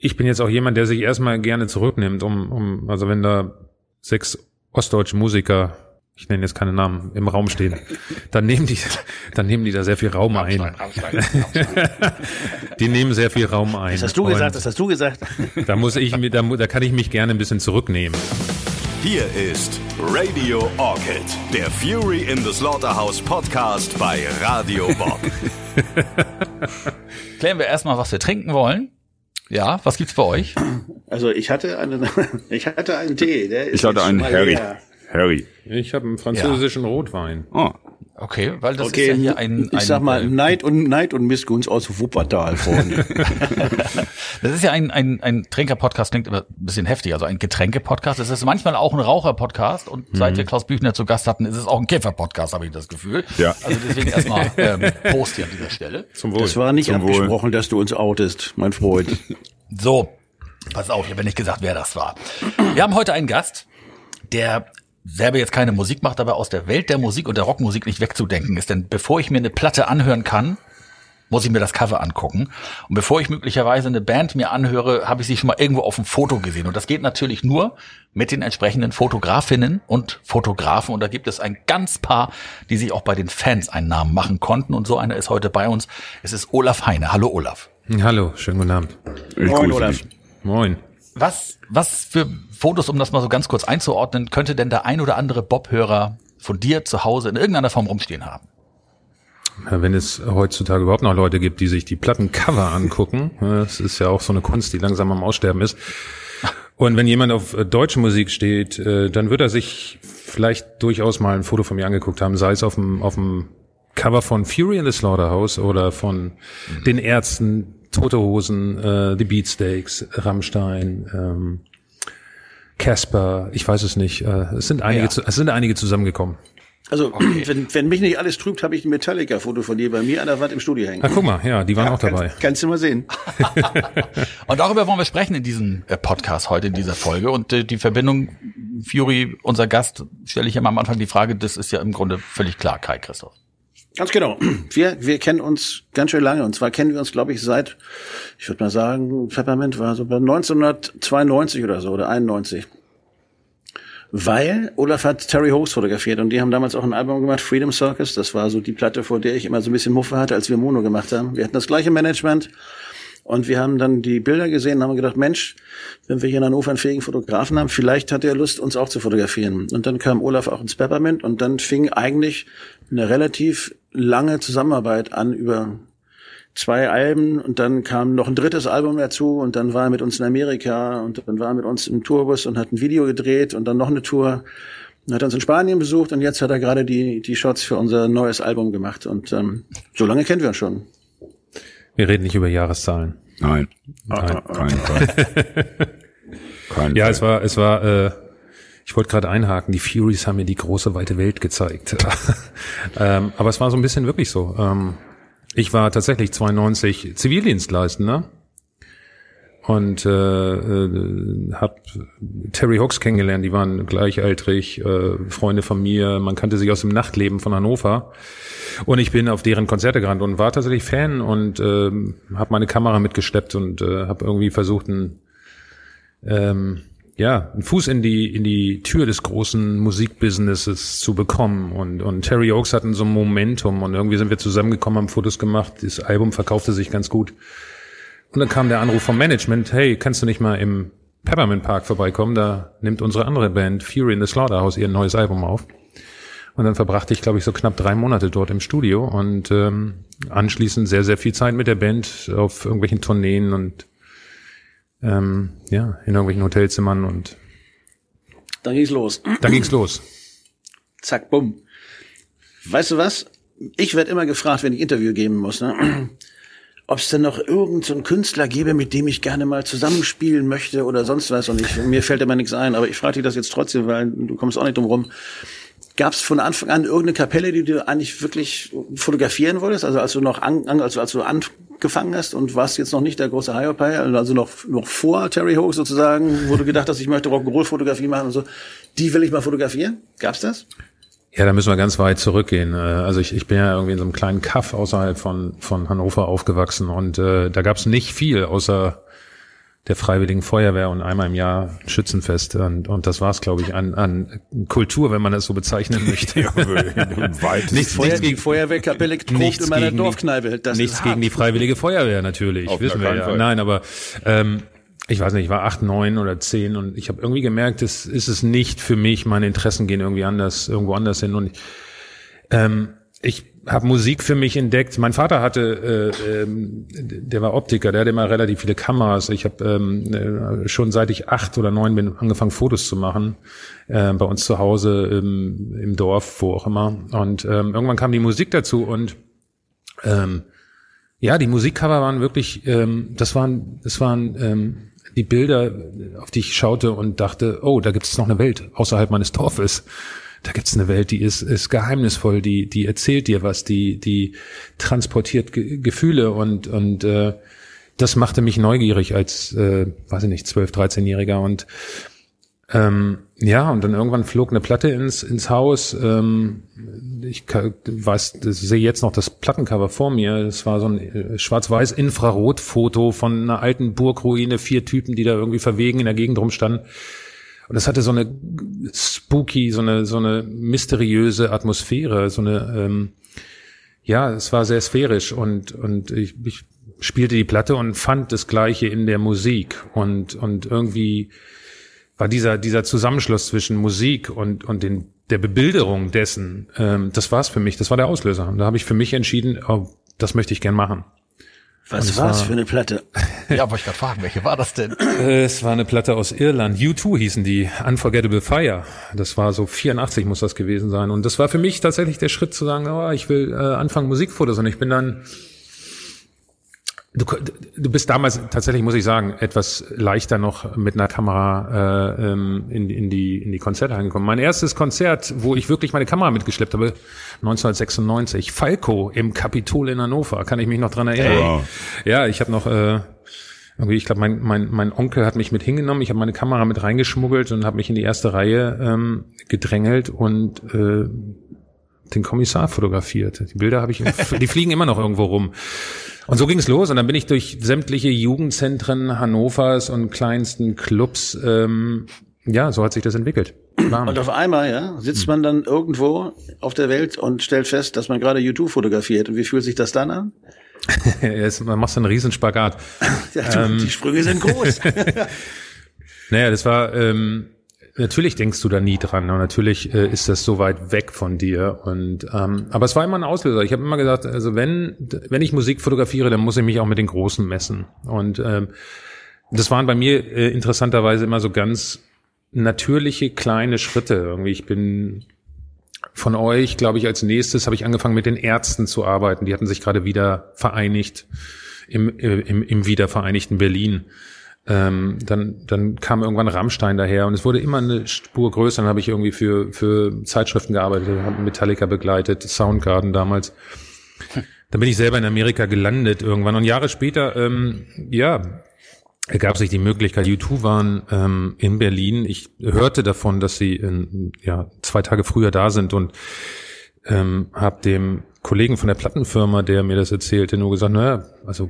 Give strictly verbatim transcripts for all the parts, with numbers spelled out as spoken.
ich bin jetzt auch jemand, der sich erstmal gerne zurücknimmt, um, um, also wenn da sechs ostdeutsche Musiker, ich nenne jetzt keine Namen, im Raum stehen, dann nehmen die, dann nehmen die da sehr viel Raum ein. Rammstein, Rammstein. Die nehmen sehr viel Raum ein. Das hast du Und gesagt, das hast du gesagt. Da muss ich mir, da, da kann ich mich gerne ein bisschen zurücknehmen. Hier ist Radio Orchid, der Fury in the Slaughterhouse Podcast bei Radio Bob. Klären wir erstmal, was wir trinken wollen. Ja, was gibt's bei euch? Also ich hatte einen, ich hatte einen Tee. Der ist ich hatte einen Harry. Leer. Harry. Ich habe einen französischen ja. Rotwein. Oh. Okay, weil das okay, ist ja hier ein, ein... Ich sag mal, Neid und Neid und Missgunst aus Wuppertal, Freunde. Das ist ja ein, ein, ein Trinker-Podcast, klingt immer ein bisschen heftig, also ein Getränke-Podcast. Es ist manchmal auch ein Raucher-Podcast und mhm. seit wir Klaus Büchner zu Gast hatten, ist es auch ein Käfer-Podcast, habe ich das Gefühl. Ja. Also deswegen erstmal ähm, Prost hier an dieser Stelle. Zum Wohl. Das war nicht Zum abgesprochen, Wohl. Dass du uns outest, mein Freund. So, pass auf, ich habe ja nicht gesagt, wer das war. Wir haben heute einen Gast, der selber jetzt keine Musik macht, aber aus der Welt der Musik und der Rockmusik nicht wegzudenken ist. Denn bevor ich mir eine Platte anhören kann, muss ich mir das Cover angucken. Und bevor ich möglicherweise eine Band mir anhöre, habe ich sie schon mal irgendwo auf dem Foto gesehen. Und das geht natürlich nur mit den entsprechenden Fotografinnen und Fotografen. Und da gibt es ein ganz paar, die sich auch bei den Fans einen Namen machen konnten. Und so einer ist heute bei uns. Es ist Olaf Heine. Hallo Olaf. Hallo, schönen guten Abend. Ich Moin Olaf. Dich. Moin. Was, was für Fotos, um das mal so ganz kurz einzuordnen, könnte denn der ein oder andere Bob-Hörer von dir zu Hause in irgendeiner Form rumstehen haben? Ja, wenn es heutzutage überhaupt noch Leute gibt, die sich die Plattencover angucken, das ist ja auch so eine Kunst, die langsam am Aussterben ist. Und wenn jemand auf deutsche Musik steht, dann wird er sich vielleicht durchaus mal ein Foto von mir angeguckt haben, sei es auf dem, auf dem Cover von Fury in the Slaughterhouse oder von mhm. den Ärzten, Tote Hosen, äh, die Beatsteaks, Rammstein, ähm, Casper, ich weiß es nicht. Äh, es sind einige, ja. es sind einige zusammengekommen. Also okay. wenn, wenn mich nicht alles trübt, habe ich ein Metallica-Foto von dir bei mir an der Wand im Studio hängen. Na guck mal, ja, die waren ja, auch dabei. Kannst, kannst du mal sehen. Und darüber wollen wir sprechen in diesem Podcast heute, in dieser Folge. Und äh, die Verbindung Fury, unser Gast, stelle ich ja mal am Anfang die Frage, das ist ja im Grunde völlig klar, Kai Christoph. Ganz genau. Wir, wir kennen uns ganz schön lange. Und zwar kennen wir uns, glaube ich, seit, ich würde mal sagen, Peppermint war so bei neunzehnhundertzweiundneunzig oder so, oder einundneunzig. Weil Olaf hat Terry Hoax fotografiert und die haben damals auch ein Album gemacht, Freedom Circus. Das war so die Platte, vor der ich immer so ein bisschen Muffe hatte, als wir Mono gemacht haben. Wir hatten das gleiche Management und wir haben dann die Bilder gesehen und haben gedacht, Mensch, wenn wir hier in Hannover einen fähigen Fotografen haben, vielleicht hat er Lust, uns auch zu fotografieren. Und dann kam Olaf auch ins Peppermint und dann fing eigentlich eine relativ lange Zusammenarbeit an über zwei Alben und dann kam noch ein drittes Album dazu und dann war er mit uns in Amerika und dann war er mit uns im Tourbus und hat ein Video gedreht und dann noch eine Tour und hat uns in Spanien besucht und jetzt hat er gerade die die Shots für unser neues Album gemacht und ähm, so lange kennen wir uns schon. Wir reden nicht über Jahreszahlen. Nein, Nein. Kein Fall. Kein ja, Fall. es war es war äh, ich wollte gerade einhaken, die Furies haben mir die große, weite Welt gezeigt. ähm, aber es war so ein bisschen wirklich so. Ähm, ich war tatsächlich zweiundneunzig Zivildienstleistender und äh, äh, habe Terry Hoax kennengelernt. Die waren gleichaltrig, äh, Freunde von mir. Man kannte sich aus dem Nachtleben von Hannover. Und ich bin auf deren Konzerte gerannt und war tatsächlich Fan und äh, habe meine Kamera mitgeschleppt und äh, habe irgendwie versucht, ein ähm, ja, einen Fuß in die in die Tür des großen Musikbusinesses zu bekommen und und Terry Hoax hatten so ein Momentum und irgendwie sind wir zusammengekommen, haben Fotos gemacht, das Album verkaufte sich ganz gut und dann kam der Anruf vom Management, hey, kannst du nicht mal im Peppermint Park vorbeikommen, da nimmt unsere andere Band Fury in the Slaughterhouse ihr neues Album auf und dann verbrachte ich, glaube ich, so knapp drei Monate dort im Studio und ähm, anschließend sehr, sehr viel Zeit mit der Band auf irgendwelchen Tourneen und Ähm, ja, in irgendwelchen Hotelzimmern und dann ging's los. Dann ging's los. Zack, bumm. Weißt du was? Ich werde immer gefragt, wenn ich Interview geben muss, ne? Ob es denn noch irgendeinen so Künstler gäbe, mit dem ich gerne mal zusammenspielen möchte oder sonst was. Und ich, mir fällt immer nichts ein, aber ich frage dich das jetzt trotzdem, weil du kommst auch nicht drum rum. Gab es von Anfang an irgendeine Kapelle, die du eigentlich wirklich fotografieren wolltest? Also als du noch an, also als du angefangen hast und warst jetzt noch nicht der große Hiopai, also noch noch vor Terry Hoax sozusagen, wo du gedacht hast, ich möchte Rock'n'Roll-Fotografie machen und so, die will ich mal fotografieren? Gab's das? Ja, da müssen wir ganz weit zurückgehen. Also ich, ich bin ja irgendwie in so einem kleinen Kaff außerhalb von von Hannover aufgewachsen und äh, da gab's nicht viel außer der Freiwilligen Feuerwehr und einmal im Jahr ein Schützenfest. Und, und das war's, glaube ich, an, an Kultur, wenn man das so bezeichnen möchte. nichts, nichts gegen Feuerwehrkapelle tobt in meiner Dorfkneipe. Das nichts gegen die Freiwillige Feuerwehr natürlich, Auf wissen wir ja. Fall. Nein, aber ähm, ich weiß nicht, ich war acht, neun oder zehn und ich habe irgendwie gemerkt, es ist es nicht für mich. Meine Interessen gehen irgendwie anders, irgendwo anders hin. Und ich, ähm, ich habe Musik für mich entdeckt. Mein Vater hatte, äh, ähm, der war Optiker, der hatte immer relativ viele Kameras. Ich habe ähm, äh, schon seit ich acht oder neun bin angefangen, Fotos zu machen, äh, bei uns zu Hause im, im Dorf, wo auch immer. Und ähm, irgendwann kam die Musik dazu und ähm, ja, die Musikcover waren wirklich, ähm, das waren, das waren ähm, die Bilder, auf die ich schaute und dachte, oh, da gibt es noch eine Welt außerhalb meines Dorfes. Da gibt's eine Welt, die ist, ist geheimnisvoll, die, die erzählt dir was, die, die transportiert Ge- Gefühle und, und, äh, das machte mich neugierig als, äh, weiß ich nicht, zwölf-, dreizehnjähriger und, ähm, ja, und dann irgendwann flog eine Platte ins, ins Haus, ähm, ich weiß, ich sehe jetzt noch das Plattencover vor mir, es war so ein schwarz-weiß Infrarotfoto von einer alten Burgruine, vier Typen, die da irgendwie verwegen in der Gegend rumstanden. Und das hatte so eine spooky, so eine so eine mysteriöse Atmosphäre, so eine ähm, ja, es war sehr sphärisch und und ich, ich spielte die Platte und fand das Gleiche in der Musik und und irgendwie war dieser dieser Zusammenschluss zwischen Musik und und den der Bebilderung dessen, ähm, das war's für mich, das war der Auslöser. Und da habe ich für mich entschieden, oh, das möchte ich gern machen. Was war's war, für eine Platte? Ja, wollte ich gerade fragen, welche war das denn? Es war eine Platte aus Irland. U zwei hießen die, Unforgettable Fire. Das war so vierundachtzig muss das gewesen sein. Und das war für mich tatsächlich der Schritt zu sagen, oh, ich will äh, anfangen Musikfotos. Und ich bin dann, du, du bist damals tatsächlich, muss ich sagen, etwas leichter noch mit einer Kamera äh, in, in die in die Konzerte angekommen. Mein erstes Konzert, wo ich wirklich meine Kamera mitgeschleppt habe, neunzehnhundertsechsundneunzig, Falco im Kapitol in Hannover, kann ich mich noch dran erinnern. Wow. Ja, ich habe noch äh, irgendwie, ich glaube, mein mein mein Onkel hat mich mit hingenommen. Ich habe meine Kamera mit reingeschmuggelt und habe mich in die erste Reihe ähm, gedrängelt und äh, den Kommissar fotografiert. Die Bilder habe ich, die fliegen immer noch irgendwo rum. Und so ging es los und dann bin ich durch sämtliche Jugendzentren Hannovers und kleinsten Clubs, ähm, ja, so hat sich das entwickelt. Warm. Und auf einmal, ja, sitzt man dann irgendwo auf der Welt und stellt fest, dass man gerade YouTube fotografiert. Und wie fühlt sich das dann an? Jetzt, man macht so einen riesen Spagat. Ja, du, ähm, die Sprünge sind groß. Naja, das war, ähm, natürlich denkst du da nie dran und natürlich äh, ist das so weit weg von dir und ähm, aber es war immer ein Auslöser. Ich habe immer gesagt, also wenn wenn ich Musik fotografiere, dann muss ich mich auch mit den Großen messen und ähm, das waren bei mir äh, interessanterweise immer so ganz natürliche kleine Schritte. Irgendwie ich bin von euch, glaube ich, als nächstes habe ich angefangen mit den Ärzten zu arbeiten. Die hatten sich gerade wieder vereinigt im äh, im, im wiedervereinigten Berlin. Ähm, dann, dann kam irgendwann Rammstein daher und es wurde immer eine Spur größer. Dann habe ich irgendwie für für Zeitschriften gearbeitet, habe Metallica begleitet, Soundgarden damals. Dann bin ich selber in Amerika gelandet irgendwann und Jahre später, ähm, ja, ergab sich die Möglichkeit. U zwei waren ähm, in Berlin. Ich hörte davon, dass sie in, ja zwei Tage früher da sind und ähm, habe dem Kollegen von der Plattenfirma, der mir das erzählte, nur gesagt, naja, also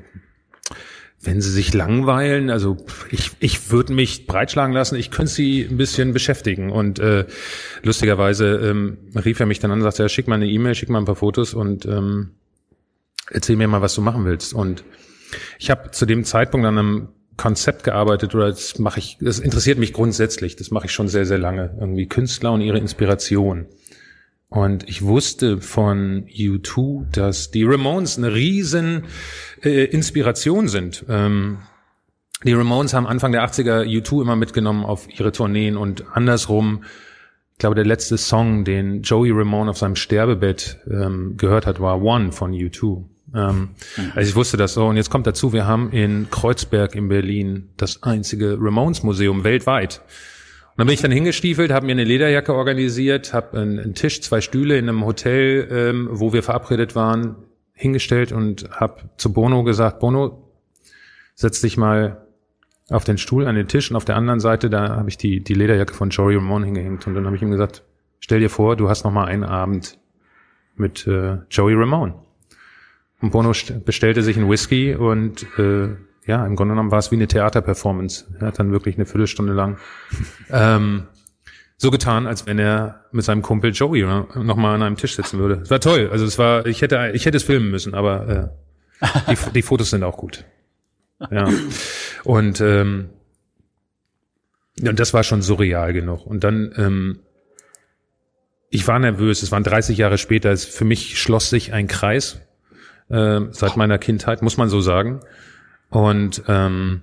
wenn sie sich langweilen, also ich ich würde mich breitschlagen lassen, ich könnte sie ein bisschen beschäftigen. Und äh, lustigerweise ähm, rief er mich dann an und sagte, ja, schick mal eine E-Mail, schick mal ein paar Fotos und ähm, erzähl mir mal, was du machen willst. Und ich habe zu dem Zeitpunkt an einem Konzept gearbeitet, oder das mache ich, das interessiert mich grundsätzlich, das mache ich schon sehr, sehr lange, irgendwie Künstler und ihre Inspiration. Und ich wusste von U zwei, dass die Ramones eine riesen äh, Inspiration sind. Ähm, die Ramones haben Anfang der achtziger U zwei immer mitgenommen auf ihre Tourneen und andersrum, ich glaube, der letzte Song, den Joey Ramone auf seinem Sterbebett ähm, gehört hat, war One von U zwei. Ähm, mhm. Also ich wusste das so. Und jetzt kommt dazu, wir haben in Kreuzberg in Berlin das einzige Ramones-Museum weltweit. Und dann bin ich dann hingestiefelt, habe mir eine Lederjacke organisiert, habe einen, einen Tisch, zwei Stühle in einem Hotel, ähm, wo wir verabredet waren, hingestellt und habe zu Bono gesagt, Bono, setz dich mal auf den Stuhl an den Tisch und auf der anderen Seite, da habe ich die die Lederjacke von Joey Ramone hingehängt und dann habe ich ihm gesagt, stell dir vor, du hast noch mal einen Abend mit äh, Joey Ramone. Und Bono bestellte sich einen Whisky und äh, ja, im Grunde genommen war es wie eine Theaterperformance. Er hat dann wirklich eine Viertelstunde lang ähm, so getan, als wenn er mit seinem Kumpel Joey nochmal an einem Tisch sitzen würde. Es war toll. Also es war, ich hätte, ich hätte es filmen müssen, aber äh, die, die Fotos sind auch gut. Ja. Und ähm, und das war schon surreal genug. Und dann, ähm, ich war nervös. Es waren dreißig Jahre später. Es, für mich schloss sich ein Kreis äh, seit meiner Kindheit, muss man so sagen. Und ähm,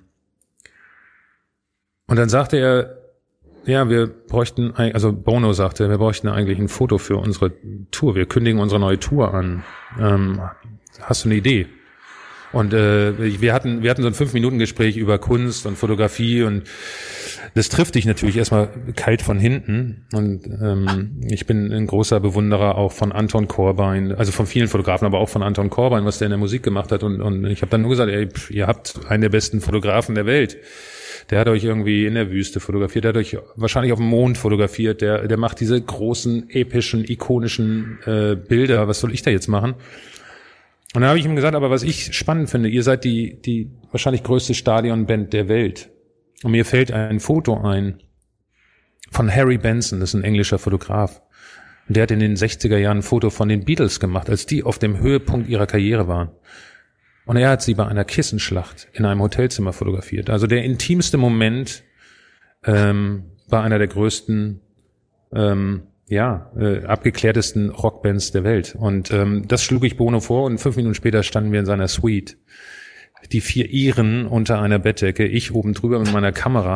und dann sagte er, ja, wir bräuchten, also Bono sagte, wir bräuchten eigentlich ein Foto für unsere Tour. Wir kündigen unsere neue Tour an. Ähm, hast du eine Idee? Und äh, wir hatten wir hatten so ein fünf-Minuten-Gespräch über Kunst und Fotografie und das trifft dich natürlich erstmal kalt von hinten. Und ähm, ich bin ein großer Bewunderer auch von Anton Corbijn, also von vielen Fotografen, aber auch von Anton Corbijn, was der in der Musik gemacht hat. Und, und ich habe dann nur gesagt, ey, ihr habt einen der besten Fotografen der Welt. Der hat euch irgendwie in der Wüste fotografiert, der hat euch wahrscheinlich auf dem Mond fotografiert, der der macht diese großen, epischen, ikonischen äh, Bilder. Was soll ich da jetzt machen? Und dann habe ich ihm gesagt, aber was ich spannend finde, ihr seid die die wahrscheinlich größte Stadionband der Welt. Und mir fällt ein Foto ein von Harry Benson, das ist ein englischer Fotograf. Und der hat in den sechziger Jahren ein Foto von den Beatles gemacht, als die auf dem Höhepunkt ihrer Karriere waren. Und er hat sie bei einer Kissenschlacht in einem Hotelzimmer fotografiert. Also der intimste Moment ähm, bei einer der größten, ähm, ja, äh, abgeklärtesten Rockbands der Welt. Und ähm, das schlug ich Bono vor und fünf Minuten später standen wir in seiner Suite. Die vier Iren unter einer Bettdecke, ich oben drüber mit meiner Kamera.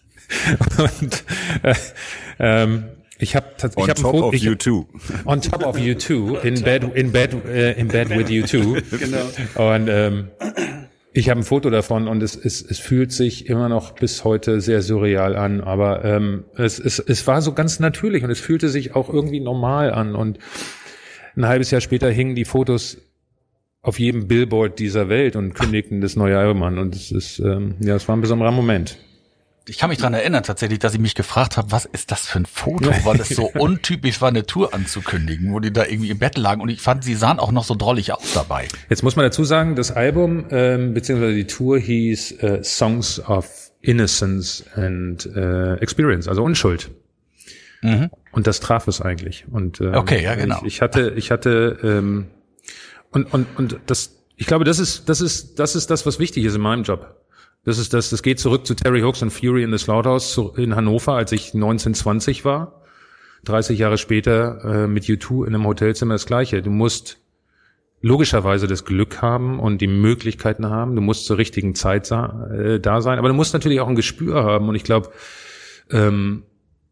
und äh, ähm, ich habe tatsächlich on top of you too. On top of you too, in bed, in bed, äh, in bed with you too. Genau. Und ähm, ich habe ein Foto davon und es, es, es fühlt sich immer noch bis heute sehr surreal an, aber ähm, es, es, es war so ganz natürlich und es fühlte sich auch irgendwie normal an. Und ein halbes Jahr später hingen die Fotos auf jedem Billboard dieser Welt und kündigten das neue Album an. Und es ist, ähm, ja, es war ein besonderer Moment. Ich kann mich dran erinnern tatsächlich, dass ich mich gefragt habe, was ist das für ein Foto, weil es so untypisch war, eine Tour anzukündigen, wo die da irgendwie im Bett lagen. Und ich fand, sie sahen auch noch so drollig aus dabei. Jetzt muss man dazu sagen, das Album ähm, beziehungsweise die Tour hieß äh, Songs of Innocence and äh, Experience, also Unschuld. Mhm. Und das traf es eigentlich. Und ähm, okay, ja genau. Ich, ich hatte, ich hatte ähm, und und und das, ich glaube, das ist das ist das ist das, was wichtig ist in meinem Job. Das ist das, das geht zurück zu Terry Hooks und Fury in the Slaughterhouse in Hannover, als ich neunzehn, zwanzig war. dreißig Jahre später äh, mit U zwei in einem Hotelzimmer das Gleiche. Du musst logischerweise das Glück haben und die Möglichkeiten haben. Du musst zur richtigen Zeit äh, da sein. Aber du musst natürlich auch ein Gespür haben. Und ich glaube, ähm,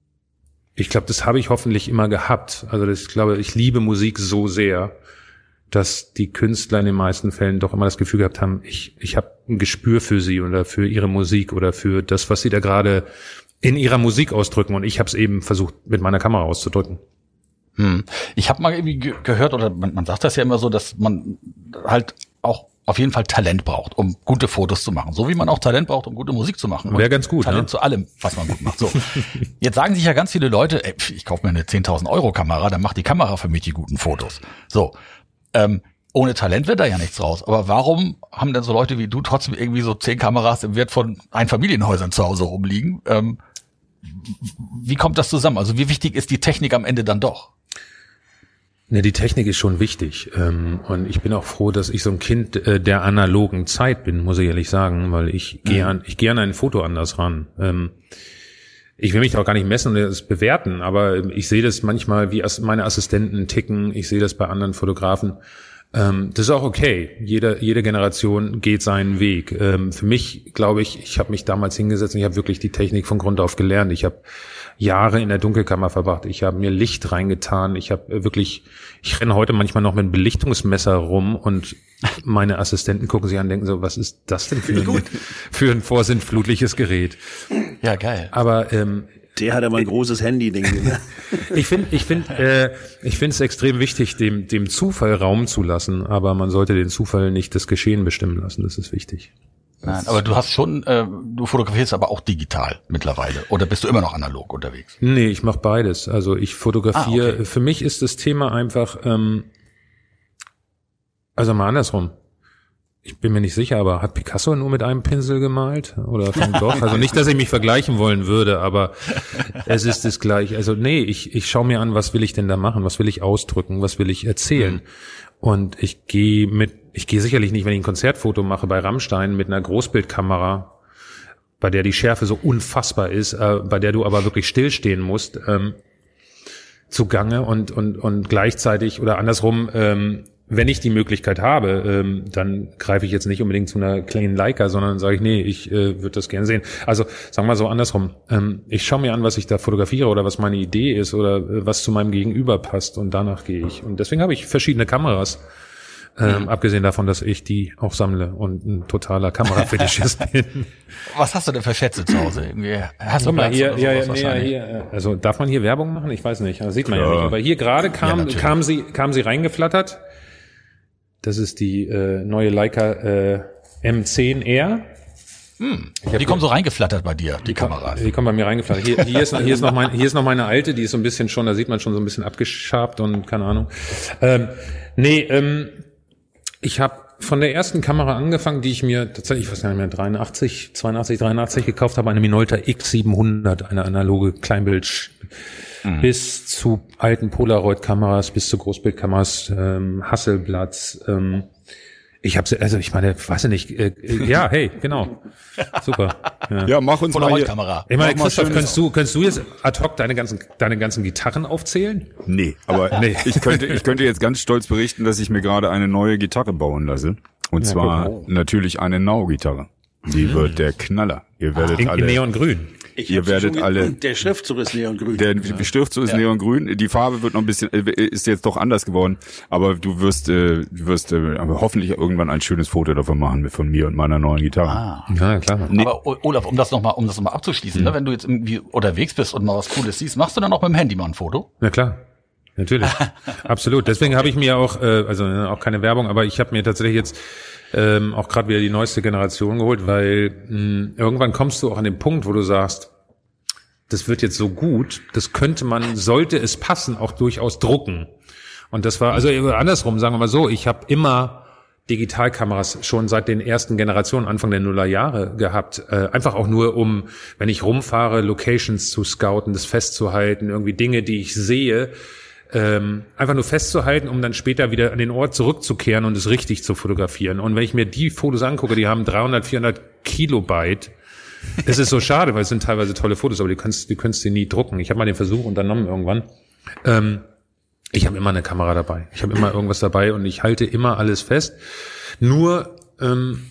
ich glaube, das habe ich hoffentlich immer gehabt. Also das, ich glaube, ich liebe Musik so sehr, dass die Künstler in den meisten Fällen doch immer das Gefühl gehabt haben, ich ich habe ein Gespür für sie oder für ihre Musik oder für das, was sie da gerade in ihrer Musik ausdrücken. Und ich habe es eben versucht, mit meiner Kamera auszudrücken. Hm. Ich habe mal irgendwie ge- gehört, oder man, man sagt das ja immer so, dass man halt auch auf jeden Fall Talent braucht, um gute Fotos zu machen. So wie man auch Talent braucht, um gute Musik zu machen. Wäre ganz gut, Talent ne? zu allem, was man gut macht. So. Jetzt sagen sich ja ganz viele Leute, ey, ich kaufe mir eine zehntausend Euro Kamera, dann macht die Kamera für mich die guten Fotos. So. Ähm, ohne Talent wird da ja nichts raus. Aber warum haben denn so Leute wie du trotzdem irgendwie so zehn Kameras im Wert von Einfamilienhäusern zu Hause rumliegen? Ähm, wie kommt das zusammen? Also wie wichtig ist die Technik am Ende dann doch? Ne, die Technik ist schon wichtig. Ähm, und ich bin auch froh, dass ich so ein Kind äh, der analogen Zeit bin, muss ich ehrlich sagen, weil ich mhm. gehe an, ich gehe an ein Foto anders ran. Ähm, Ich will mich auch gar nicht messen und das bewerten, aber ich sehe das manchmal, wie meine Assistenten ticken. Ich sehe das bei anderen Fotografen. Ähm, das ist auch okay. Jede, jede Generation geht seinen Weg. Ähm, für mich, glaube ich, ich habe mich damals hingesetzt und ich habe wirklich die Technik von Grund auf gelernt. Ich habe Jahre in der Dunkelkammer verbracht. Ich habe mir Licht reingetan. Ich habe wirklich, ich renne heute manchmal noch mit einem Belichtungsmesser rum und meine Assistenten gucken sich an und denken so, was ist das denn für ein, für ein vorsintflutliches Gerät? Ja, geil. Aber ähm, der hat aber ein großes Handy-Ding. ich finde, ich finde, äh, ich finde es extrem wichtig, dem dem Zufall Raum zu lassen, aber man sollte den Zufall nicht das Geschehen bestimmen lassen. Das ist wichtig. Nein, aber du hast schon, äh, du fotografierst aber auch digital mittlerweile. Oder bist du immer noch analog unterwegs? Nee, ich mache beides. Also ich fotografiere. Ah, okay. Für mich ist das Thema einfach, ähm, also mal andersrum. ich bin mir nicht sicher, aber hat Picasso nur mit einem Pinsel gemalt? Oder Van Gogh? Also nicht, dass ich mich vergleichen wollen würde, aber es ist das Gleiche. Also nee, ich, ich schaue mir an, was will ich denn da machen? Was will ich ausdrücken? Was will ich erzählen? Mhm. Und ich gehe mit, ich gehe sicherlich nicht, wenn ich ein Konzertfoto mache bei Rammstein mit einer Großbildkamera, bei der die Schärfe so unfassbar ist, äh, bei der du aber wirklich stillstehen musst, ähm, zugange und, und, und gleichzeitig oder andersrum, ähm, wenn ich die Möglichkeit habe, ähm, dann greife ich jetzt nicht unbedingt zu einer kleinen Leica, sondern sage ich, nee, ich äh, würde das gerne sehen. Also sagen wir mal so andersrum. Ähm, ich schaue mir an, was ich da fotografiere oder was meine Idee ist oder äh, was zu meinem Gegenüber passt und danach gehe ich. Und deswegen habe ich verschiedene Kameras, ähm, mhm. abgesehen davon, dass ich die auch sammle und ein totaler Kamerafetischist bin. Was hast du denn für Schätze zu Hause? Irgendwie hast du mal hier, ja, ja, nee, hier, also darf man hier Werbung machen? Ich weiß nicht, das sieht man ja, ja nicht. Aber hier gerade kam, ja, kam sie, kam sie reingeflattert. Das ist die äh, neue Leica äh, M zehn R. Hm. Die kommen so reingeflattert bei dir, die, die Kameras. Die kommen bei mir reingeflattert. Hier, hier, ist, hier, ist noch mein, hier ist noch meine alte, die ist so ein bisschen schon, da sieht man schon so ein bisschen abgeschabt und keine Ahnung. Ähm, nee, ähm, ich habe von der ersten Kamera angefangen, die ich mir tatsächlich, ich weiß nicht mehr, dreiundachtzig, zweiundachtzig, dreiundachtzig gekauft habe, eine Minolta X siebenhundert, eine analoge Kleinbild, mhm. bis zu alten Polaroid-Kameras, bis zu Großbildkameras, ähm, Hasselblatts. Ähm, ich habe, also ich meine, weiß ich nicht, äh, ja, hey, genau, super. Ja, ja mach uns mal hier. Kamera. Ich meine, Christoph, kannst du, kannst du jetzt ad hoc deine ganzen, deine ganzen Gitarren aufzählen? Nee, aber nee. ich könnte, ich könnte jetzt ganz stolz berichten, dass ich mir gerade eine neue Gitarre bauen lasse. Und ja, zwar gut. natürlich eine Nau-Gitarre. Die mhm. wird der Knaller. Ihr werdet in, alle. In Neongrün. Ich Ihr werdet alle. Der Schriftzug ist neongrün. Der ja. Schriftzug ist ja. neongrün. Die Farbe wird noch ein bisschen, ist jetzt doch anders geworden. Aber du wirst, äh, du wirst äh, aber hoffentlich irgendwann ein schönes Foto davon machen von mir und meiner neuen Gitarre. Ah. Ja, klar. Nee. Aber Olaf, um das nochmal, um das nochmal abzuschließen, mhm. ne, wenn du jetzt irgendwie unterwegs bist und mal was Cooles siehst, machst du dann auch mit dem Handy mal ein Foto? Na klar. Natürlich. Absolut. Deswegen habe ich mir auch, äh, also auch keine Werbung, aber ich habe mir tatsächlich jetzt ähm, auch gerade wieder die neueste Generation geholt, weil mh, irgendwann kommst du auch an den Punkt, wo du sagst, das wird jetzt so gut, das könnte man, sollte es passen, auch durchaus drucken. Und das war, also andersrum, sagen wir mal so, ich habe immer Digitalkameras schon seit den ersten Generationen, Anfang der Nullerjahre gehabt. Äh, einfach auch nur, um, wenn ich rumfahre, Locations zu scouten, das festzuhalten, irgendwie Dinge, die ich sehe, ähm, einfach nur festzuhalten, um dann später wieder an den Ort zurückzukehren und es richtig zu fotografieren. Und wenn ich mir die Fotos angucke, die haben dreihundert, vierhundert Kilobyte. Es ist so schade, weil es sind teilweise tolle Fotos, aber die kannst, die kannst du nie drucken. Ich habe mal den Versuch unternommen irgendwann. Ähm, ich habe immer eine Kamera dabei. Ich habe immer irgendwas dabei und ich halte immer alles fest. Nur, ähm,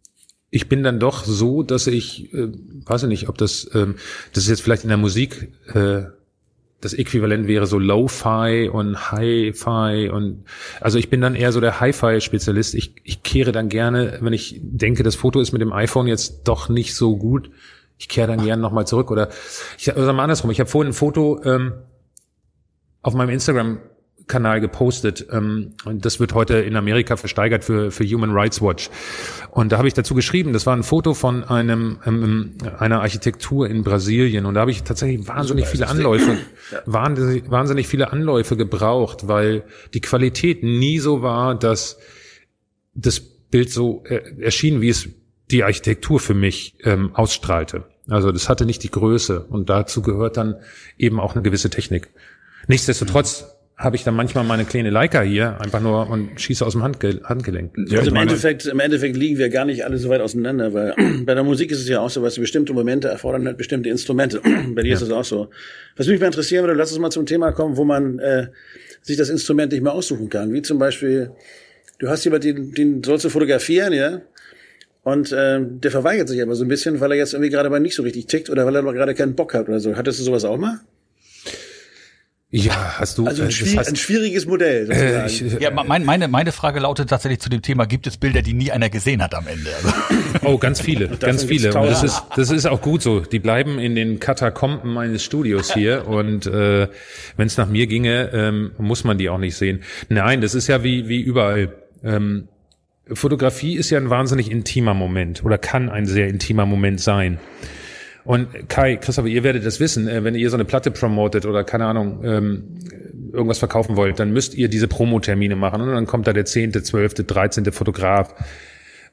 ich bin dann doch so, dass ich, äh, weiß ich nicht, ob das, ähm, das ist jetzt vielleicht in der Musik, äh, das Äquivalent wäre so Lo-Fi und Hi-Fi und also ich bin dann eher so der Hi-Fi-Spezialist. Ich, ich kehre dann gerne, wenn ich denke, das Foto ist mit dem iPhone jetzt doch nicht so gut, ich kehre dann gerne nochmal zurück. Oder ich also mal andersrum, ich habe vorhin ein Foto ähm, auf meinem Instagram-Kanal gepostet ähm, und das wird heute in Amerika versteigert für für Human Rights Watch. Und da habe ich dazu geschrieben, das war ein Foto von einem ähm, einer Architektur in Brasilien und da habe ich tatsächlich wahnsinnig Super, viele Anläufe, ja. wahnsinnig, wahnsinnig viele Anläufe gebraucht, weil die Qualität nie so war, dass das Bild so äh, erschien, wie es die Architektur für mich ähm, ausstrahlte. Also das hatte nicht die Größe und dazu gehört dann eben auch eine gewisse Technik. Nichtsdestotrotz mhm. habe ich dann manchmal meine kleine Leica hier einfach nur und schieße aus dem Handge- Handgelenk. Ja, also im Endeffekt, im Endeffekt liegen wir gar nicht alle so weit auseinander, weil bei der Musik ist es ja auch so, was bestimmte Momente erfordern halt bestimmte Instrumente. Bei dir ja. ist es auch so. Was mich mal interessieren würde, lass uns mal zum Thema kommen, wo man äh, sich das Instrument nicht mehr aussuchen kann. Wie zum Beispiel, du hast jemanden, den, den sollst du fotografieren, ja? Und äh, der verweigert sich aber so ein bisschen, weil er jetzt irgendwie gerade mal nicht so richtig tickt oder weil er aber gerade keinen Bock hat oder so. Hattest du sowas auch mal? Ja, hast du. Also ein, schwierig, heißt, ein schwieriges Modell. Sozusagen. Äh, ich, ja, mein, meine meine Frage lautet tatsächlich zu dem Thema: Gibt es Bilder, die nie einer gesehen hat am Ende? Also. Oh, ganz viele, ganz viele. Und das ist das ist auch gut so. Die bleiben in den Katakomben meines Studios hier und äh, wenn es nach mir ginge, ähm, muss man die auch nicht sehen. Nein, das ist ja wie wie überall. Ähm, Fotografie ist ja ein wahnsinnig intimer Moment oder kann ein sehr intimer Moment sein. Und Kai, Christopher, ihr werdet das wissen, wenn ihr so eine Platte promotet oder keine Ahnung, ähm, irgendwas verkaufen wollt, dann müsst ihr diese Promotermine machen und dann kommt da der zehnte, zwölfte, dreizehnte Fotograf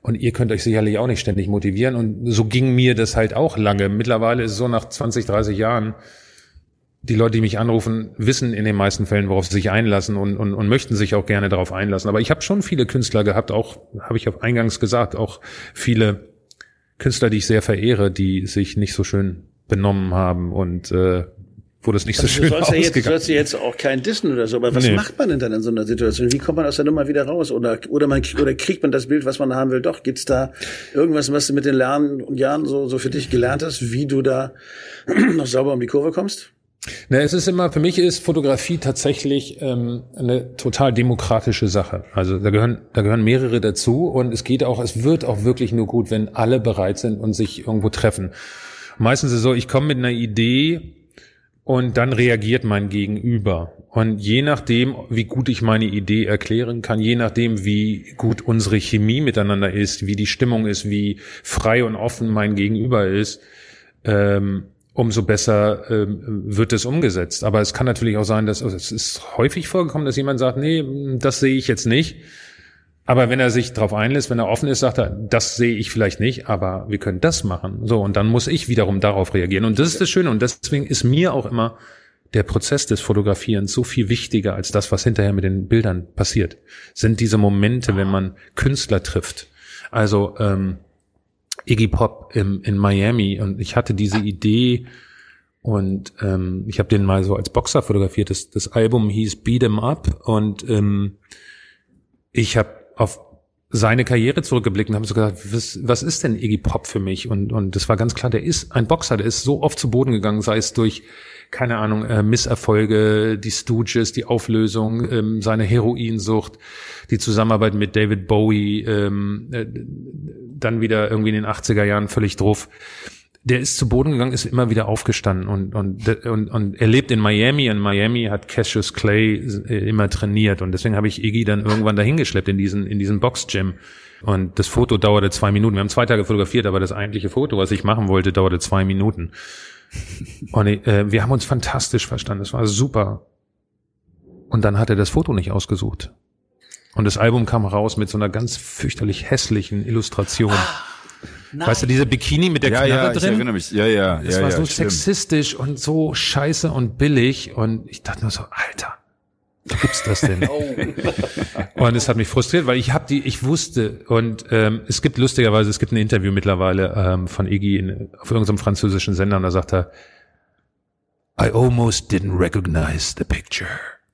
Und ihr könnt euch sicherlich auch nicht ständig motivieren. Und so ging mir das halt auch lange. Mittlerweile ist es so, nach zwanzig, dreißig Jahren, die Leute, die mich anrufen, wissen in den meisten Fällen, worauf sie sich einlassen und, und, und möchten sich auch gerne darauf einlassen. Aber ich habe schon viele Künstler gehabt, auch, habe ich auch eingangs gesagt, auch viele Künstler, die ich sehr verehre, die sich nicht so schön benommen haben und äh, wo das nicht so also schön du ausgegangen ist. Du sollst ja jetzt auch kein Dissen oder so, aber was Nee. macht man denn dann in so einer Situation? Wie kommt man aus der Nummer wieder raus? Oder oder man oder kriegt man das Bild, was man haben will? Doch, gibt's da irgendwas, was du mit den Lernen und Jahren so so für dich gelernt hast, wie du da noch sauber um die Kurve kommst? Na, es ist immer, für mich ist Fotografie tatsächlich ähm, eine total demokratische Sache. Also da gehören, da gehören mehrere dazu und es geht auch, es wird auch wirklich nur gut, wenn alle bereit sind und sich irgendwo treffen. Meistens ist es so, ich komme mit einer Idee und dann reagiert mein Gegenüber. Und je nachdem, wie gut ich meine Idee erklären kann, je nachdem, wie gut unsere Chemie miteinander ist, wie die Stimmung ist, wie frei und offen mein Gegenüber ist, ähm, umso besser ähm, wird es umgesetzt. Aber es kann natürlich auch sein, dass also es ist häufig vorgekommen, dass jemand sagt, nee, das sehe ich jetzt nicht. Aber wenn er sich darauf einlässt, wenn er offen ist, sagt er, das sehe ich vielleicht nicht, aber wir können das machen. So, und dann muss ich wiederum darauf reagieren. Und das ist das Schöne. Und deswegen ist mir auch immer der Prozess des Fotografierens so viel wichtiger als das, was hinterher mit den Bildern passiert. Sind diese Momente, wenn man Künstler trifft. Also ähm, Iggy Pop im, in Miami. Und ich hatte diese Idee und ähm, ich habe den mal so als Boxer fotografiert. Das, das Album hieß Beat 'em Up und ähm, ich habe auf seine Karriere zurückgeblickt und habe so gesagt, was, was ist denn Iggy Pop für mich? Und und das war ganz klar, der ist ein Boxer, der ist so oft zu Boden gegangen, sei es durch, keine Ahnung, äh, Misserfolge, die Stooges, die Auflösung, ähm, seine Heroinsucht, die Zusammenarbeit mit David Bowie, ähm, äh, dann wieder irgendwie in den achtziger Jahren völlig drauf. Der ist zu Boden gegangen, ist immer wieder aufgestanden und und und, und er lebt in Miami. In Miami hat Cassius Clay immer trainiert und deswegen habe ich Iggy dann irgendwann dahin geschleppt in diesen in diesen Box-Gym. Und das Foto dauerte zwei Minuten. Wir haben zwei Tage fotografiert, aber das eigentliche Foto, was ich machen wollte, dauerte zwei Minuten. Und äh, wir haben uns fantastisch verstanden. Es war super. Und dann hat er das Foto nicht ausgesucht. Und das Album kam raus mit so einer ganz fürchterlich hässlichen Illustration. Nein. Weißt du, diese Bikini mit der Ja, Knarre ja, ich drin? erinnere mich. Ja, ja, Das ja, war ja, so stimmt. sexistisch und so scheiße und billig und ich dachte nur so, Alter, wie gibt's das denn? Und es hat mich frustriert, weil ich habe die, ich wusste und ähm, es gibt lustigerweise, es gibt ein Interview mittlerweile ähm, von Iggy in, auf irgendeinem französischen Sender und da sagt er, I almost didn't recognize the picture.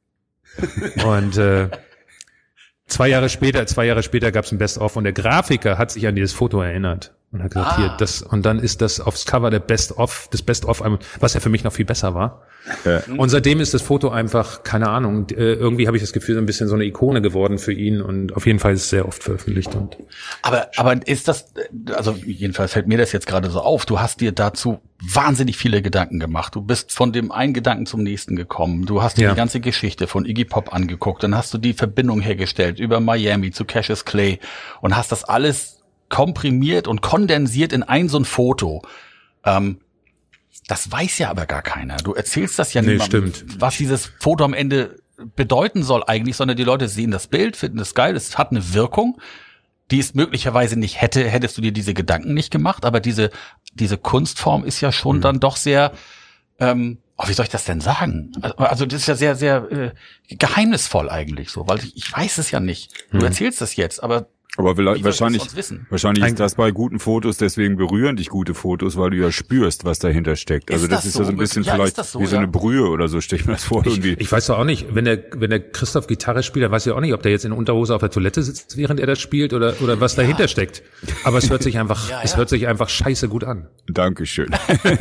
Und äh, zwei Jahre später, zwei Jahre später gab es ein Best-of und der Grafiker hat sich an dieses Foto erinnert und hat gesagt, Ah. hier, das, und dann ist das aufs Cover der Best-of, das Best-of, was ja für mich noch viel besser war. Ja. Und seitdem ist das Foto einfach, keine Ahnung, äh, irgendwie habe ich das Gefühl, so ein bisschen so eine Ikone geworden für ihn und auf jeden Fall ist es sehr oft veröffentlicht. Und Aber, aber ist das, also jedenfalls fällt mir das jetzt gerade so auf, du hast dir dazu wahnsinnig viele Gedanken gemacht. Du bist von dem einen Gedanken zum nächsten gekommen. Du hast dir Ja. die ganze Geschichte von Iggy Pop angeguckt, dann hast du die Verbindung hergestellt über Miami zu Cassius Clay und hast das alles komprimiert und kondensiert in ein so ein Foto. Ähm, das weiß ja aber gar keiner. Du erzählst das ja Nee, niemandem, stimmt. was dieses Foto am Ende bedeuten soll eigentlich, sondern die Leute sehen das Bild, finden es geil, es hat eine Wirkung, die es möglicherweise nicht hätte, hättest du dir diese Gedanken nicht gemacht, aber diese diese Kunstform ist ja schon Mhm. dann doch sehr, ähm, oh, wie soll ich das denn sagen? Also, also das ist ja sehr, sehr äh, geheimnisvoll eigentlich so, weil ich, ich weiß es ja nicht. Du Mhm. erzählst es jetzt, aber Aber wie vielleicht, soll wahrscheinlich, das sonst wissen? wahrscheinlich Ein- ist das bei guten Fotos, deswegen berühren dich gute Fotos, weil du ja spürst, was dahinter steckt. Ist Also das, das ist so? ja so ein bisschen Ja, ist vielleicht das so, wie so ja? eine Brühe oder so, stell ich mir das vor. irgendwie. ich weiß doch auch nicht, wenn der, wenn der Christoph Gitarre spielt, dann weiß ich auch nicht, ob der jetzt in Unterhose auf der Toilette sitzt, während er das spielt oder, oder was dahinter steckt. Aber es hört sich einfach, Ja, es ja. hört sich einfach scheiße gut an. Dankeschön.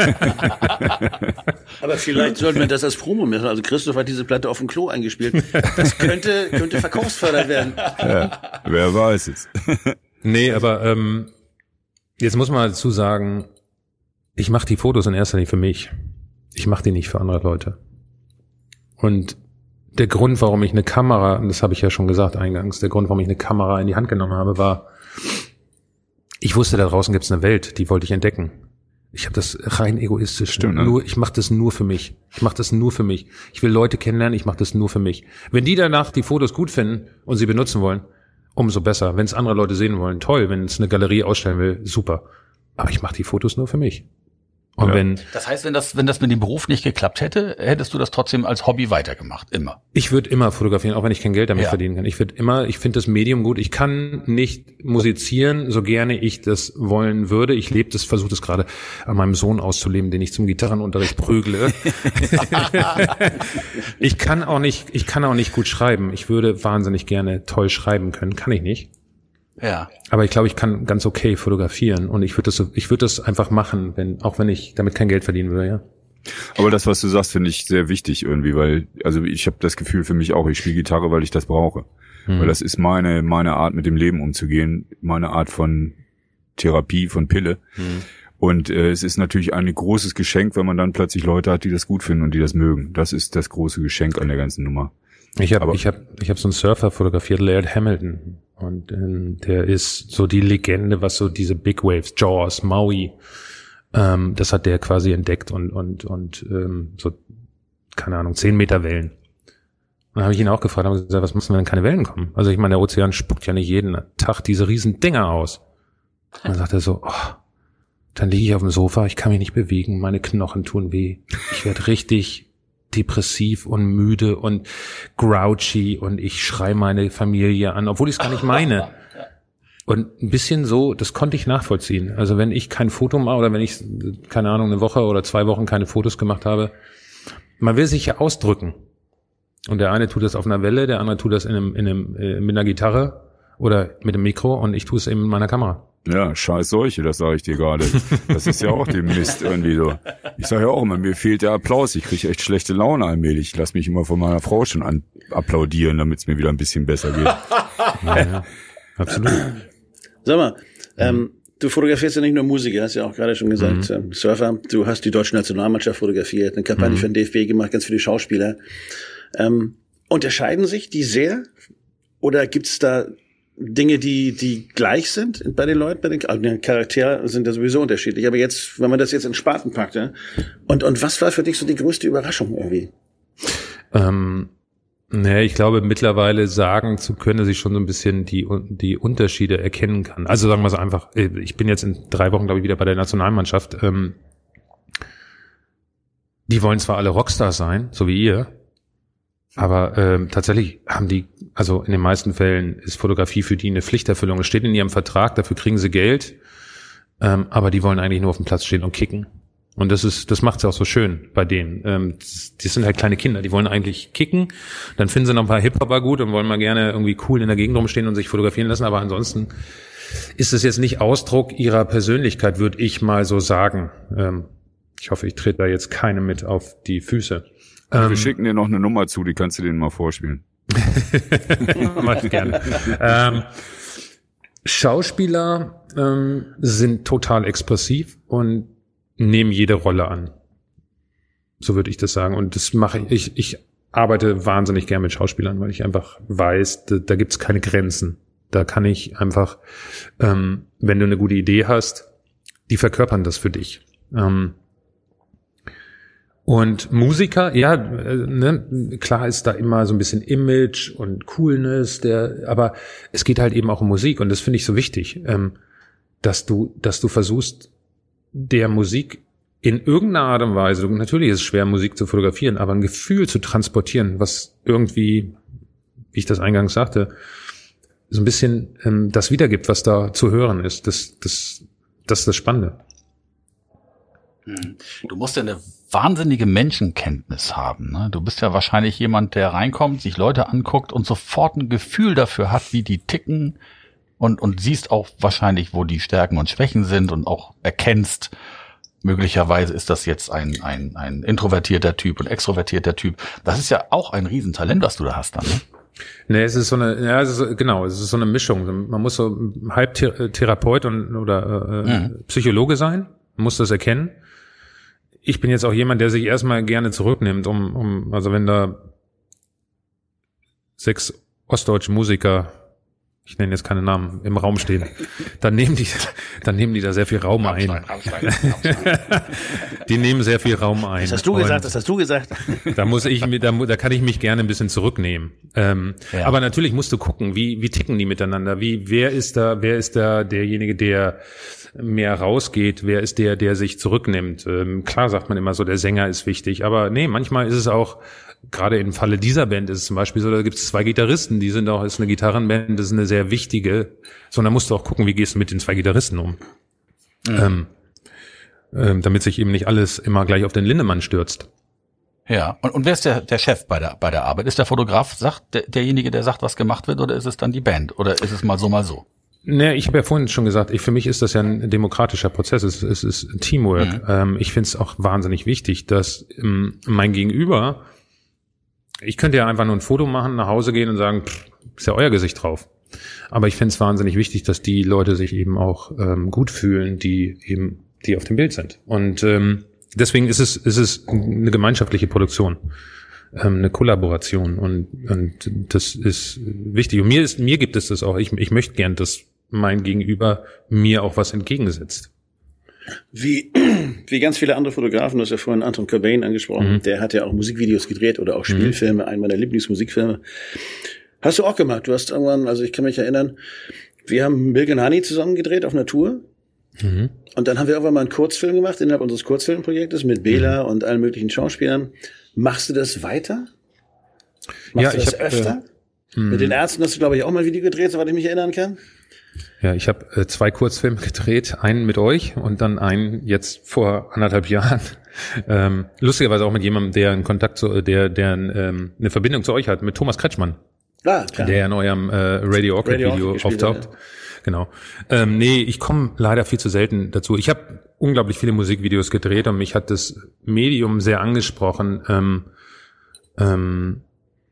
Aber vielleicht sollten wir das als Promo machen. Also Christoph hat diese Platte auf dem Klo eingespielt. Das könnte könnte verkaufsfördernd werden. Wer weiß es. Nee, aber ähm, jetzt muss man dazu sagen, ich mache die Fotos in erster Linie für mich. Ich mache die nicht für andere Leute. Und der Grund, warum ich eine Kamera, und das habe ich ja schon gesagt eingangs, der Grund, warum ich eine Kamera in die Hand genommen habe, war, ich wusste, da draußen gibt's eine Welt, die wollte ich entdecken. Ich habe das rein egoistisch. Stimmt, ne? Nur, ich mache das nur für mich. Ich mache das nur für mich. Ich will Leute kennenlernen, ich mache das nur für mich. Wenn die danach die Fotos gut finden und sie benutzen wollen, umso besser. Wenn es andere Leute sehen wollen, toll. Wenn es eine Galerie ausstellen will, super. Aber ich mache die Fotos nur für mich. Und ja. wenn das heißt, wenn das wenn das mit dem Beruf nicht geklappt hätte, hättest du das trotzdem als Hobby weitergemacht, immer. Ich würde immer fotografieren, auch wenn ich kein Geld damit ja. verdienen kann. Ich würde immer, ich finde das Medium gut. Ich kann nicht musizieren, so gerne ich das wollen würde. Ich lebe das, versuche das gerade an meinem Sohn auszuleben, den ich zum Gitarrenunterricht prügle. ich kann auch nicht, ich kann auch nicht gut schreiben. Ich würde wahnsinnig gerne toll schreiben können, kann ich nicht. Ja. Aber ich glaube, ich kann ganz okay fotografieren und ich würde das, ich würde das einfach machen, wenn, auch wenn ich damit kein Geld verdienen würde, ja. Aber das, was du sagst, finde ich sehr wichtig irgendwie, weil, also ich habe das Gefühl für mich auch, ich spiele Gitarre, weil ich das brauche. Hm. Weil das ist meine, meine Art, mit dem Leben umzugehen, meine Art von Therapie, von Pille. Hm. Und äh, es ist natürlich ein großes Geschenk, wenn man dann plötzlich Leute hat, die das gut finden und die das mögen. Das ist das große Geschenk an der ganzen Nummer. Ich habe ich habe ich habe so einen Surfer fotografiert, Laird Hamilton, und ähm, der ist so die Legende, was so diese Big Waves, Jaws, Maui, ähm, das hat der quasi entdeckt und und und ähm, so, keine Ahnung, zehn Meter Wellen. Und dann habe ich ihn auch gefragt, habe gesagt, was müssen, wenn keine Wellen kommen? Also ich meine, der Ozean spuckt ja nicht jeden Tag diese riesen Dinger aus. Und dann sagt er so, oh, dann liege ich auf dem Sofa, ich kann mich nicht bewegen, meine Knochen tun weh, ich werde richtig depressiv und müde und grouchy und ich schrei meine Familie an, obwohl ich es gar nicht meine. Und ein bisschen so, das konnte ich nachvollziehen. Also wenn ich kein Foto mache oder wenn ich, keine Ahnung, eine Woche oder zwei Wochen keine Fotos gemacht habe, man will sich ja ausdrücken. Und der eine tut das auf einer Welle, der andere tut das in einem, in einem, äh, mit einer Gitarre oder mit dem Mikro und ich tue es eben mit meiner Kamera. Ja, scheiß Seuche, das sage ich dir gerade. Das ist ja auch dem Mist irgendwie so. Ich sage ja auch immer, mir fehlt der Applaus. Ich kriege echt schlechte Laune allmählich. Ich lass mich immer von meiner Frau schon an applaudieren, damit es mir wieder ein bisschen besser geht. Ja, ja, absolut. Sag mal, ähm, du fotografierst ja nicht nur Musiker, hast ja auch gerade schon gesagt, mhm. ähm, Surfer. Du hast die deutsche Nationalmannschaft fotografiert, eine Kampagne mhm. für den D F B gemacht, ganz viele Schauspieler. Ähm, unterscheiden sich die sehr? Oder gibt's da Dinge, die die gleich sind bei den Leuten, bei den, also die Charaktere sind ja sowieso unterschiedlich, aber jetzt, wenn man das jetzt in Sparten packt, ja, und und was war für dich so die größte Überraschung irgendwie? Ähm, ne, ich glaube mittlerweile sagen zu können, dass ich schon so ein bisschen die die Unterschiede erkennen kann. Also sagen wir so einfach, ich bin jetzt in drei Wochen, glaube ich, wieder bei der Nationalmannschaft. Ähm, die wollen zwar alle Rockstars sein, so wie ihr, aber ähm, tatsächlich haben die, also in den meisten Fällen ist Fotografie für die eine Pflichterfüllung. Es steht in ihrem Vertrag, dafür kriegen sie Geld, ähm, aber die wollen eigentlich nur auf dem Platz stehen und kicken. Und das ist, das macht's auch so schön bei denen. Ähm, die sind halt kleine Kinder, die wollen eigentlich kicken, dann finden sie noch ein paar Hip-Hopper gut und wollen mal gerne irgendwie cool in der Gegend rumstehen und sich fotografieren lassen, aber ansonsten ist es jetzt nicht Ausdruck ihrer Persönlichkeit, würde ich mal so sagen. Ähm, ich hoffe, ich trete da jetzt keinem mit auf die Füße. Wir ähm, schicken dir noch eine Nummer zu, die kannst du denen mal vorspielen. Mach ich gerne. ähm, Schauspieler ähm, sind total expressiv und nehmen jede Rolle an. So würde ich das sagen. Und das mache ich, ich, ich arbeite wahnsinnig gern mit Schauspielern, weil ich einfach weiß, da, da gibt's keine Grenzen. Da kann ich einfach, ähm, wenn du eine gute Idee hast, die verkörpern das für dich. Ähm, Und Musiker, ja, ne, klar ist da immer so ein bisschen Image und Coolness, der, aber es geht halt eben auch um Musik und das finde ich so wichtig, ähm, dass du, dass du versuchst, der Musik in irgendeiner Art und Weise, natürlich ist es schwer, Musik zu fotografieren, aber ein Gefühl zu transportieren, was irgendwie, wie ich das eingangs sagte, so ein bisschen ähm, das wiedergibt, was da zu hören ist. Das, das, das ist das Spannende. Du musst ja eine wahnsinnige Menschenkenntnis haben, ne? Du bist ja wahrscheinlich jemand, der reinkommt, sich Leute anguckt und sofort ein Gefühl dafür hat, wie die ticken und und siehst auch wahrscheinlich, wo die Stärken und Schwächen sind und auch erkennst, möglicherweise ist das jetzt ein ein ein introvertierter Typ und extrovertierter Typ. Das ist ja auch ein Riesentalent, was du da hast dann, ne? Nee, es ist so eine, ja, es ist, genau, es ist so eine Mischung. Man muss so halb Therapeut und oder äh, mhm. Psychologe sein, man muss das erkennen. Ich bin jetzt auch jemand, der sich erstmal gerne zurücknimmt, um, um, also wenn da sechs ostdeutsche Musiker ich nenne jetzt keine Namen, im Raum stehen, dann nehmen die, dann nehmen die da sehr viel Raum ein. Die nehmen sehr viel Raum ein. Das hast du gesagt, das hast du gesagt. Da muss ich, da, da kann ich mich gerne ein bisschen zurücknehmen. Ähm, ja. Aber natürlich musst du gucken, wie, wie ticken die miteinander? Wie, wer ist da, wer ist da derjenige, der mehr rausgeht? Wer ist der, der sich zurücknimmt? Ähm, klar sagt man immer so, der Sänger ist wichtig, aber nee, manchmal ist es auch, gerade im Falle dieser Band ist es zum Beispiel so, da gibt es zwei Gitarristen, die sind auch, ist eine Gitarrenband, das ist eine sehr wichtige, sondern musst du auch gucken, wie gehst du mit den zwei Gitarristen um. Mhm. Ähm, ähm, damit sich eben nicht alles immer gleich auf den Lindemann stürzt. Ja, und, und wer ist der, der Chef bei der, bei der Arbeit? Ist der Fotograf, sagt, der, derjenige, der sagt, was gemacht wird, oder ist es dann die Band? Oder ist es mal so, mal so? Ne, ich habe ja vorhin schon gesagt, ich, für mich ist das ja ein demokratischer Prozess, es, es ist Teamwork. Mhm. Ähm, ich finde es auch wahnsinnig wichtig, dass ähm, mein Gegenüber, ich könnte ja einfach nur ein Foto machen, nach Hause gehen und sagen, pff, ist ja euer Gesicht drauf. Aber ich finde es wahnsinnig wichtig, dass die Leute sich eben auch ähm, gut fühlen, die eben, die auf dem Bild sind. Und ähm, deswegen ist es, ist es eine gemeinschaftliche Produktion, ähm, eine Kollaboration. Und, und das ist wichtig. Und mir ist, mir gibt es das auch. Ich, ich möchte gern, dass mein Gegenüber mir auch was entgegensetzt. Wie, wie ganz viele andere Fotografen, du hast ja vorhin Anton Cobain angesprochen, mhm. der hat ja auch Musikvideos gedreht oder auch Spielfilme, mhm. einen meiner Lieblingsmusikfilme. Hast du auch gemacht? Du hast irgendwann, also ich kann mich erinnern, wir haben Milk and Honey zusammen gedreht auf einer Tour. Mhm. Und dann haben wir irgendwann mal einen Kurzfilm gemacht innerhalb unseres Kurzfilmprojektes mit Bela mhm. und allen möglichen Schauspielern. Machst du das weiter? Machst ja, du ich das hab, öfter? Äh, mit den Ärzten hast du, glaube ich, auch mal ein Video gedreht, soweit ich mich erinnern kann. Ja, ich habe äh, zwei Kurzfilme gedreht, einen mit euch und dann einen jetzt vor anderthalb Jahren. Ähm, lustigerweise auch mit jemandem, der einen Kontakt zu, der, der ähm, eine Verbindung zu euch hat, mit Thomas Kretschmann, ah, klar. der in eurem äh, Radio Orchid Video auftaucht. Ja. Genau. Ähm, nee, ich komme leider viel zu selten dazu. Ich habe unglaublich viele Musikvideos gedreht und mich hat das Medium sehr angesprochen. Ähm, ähm,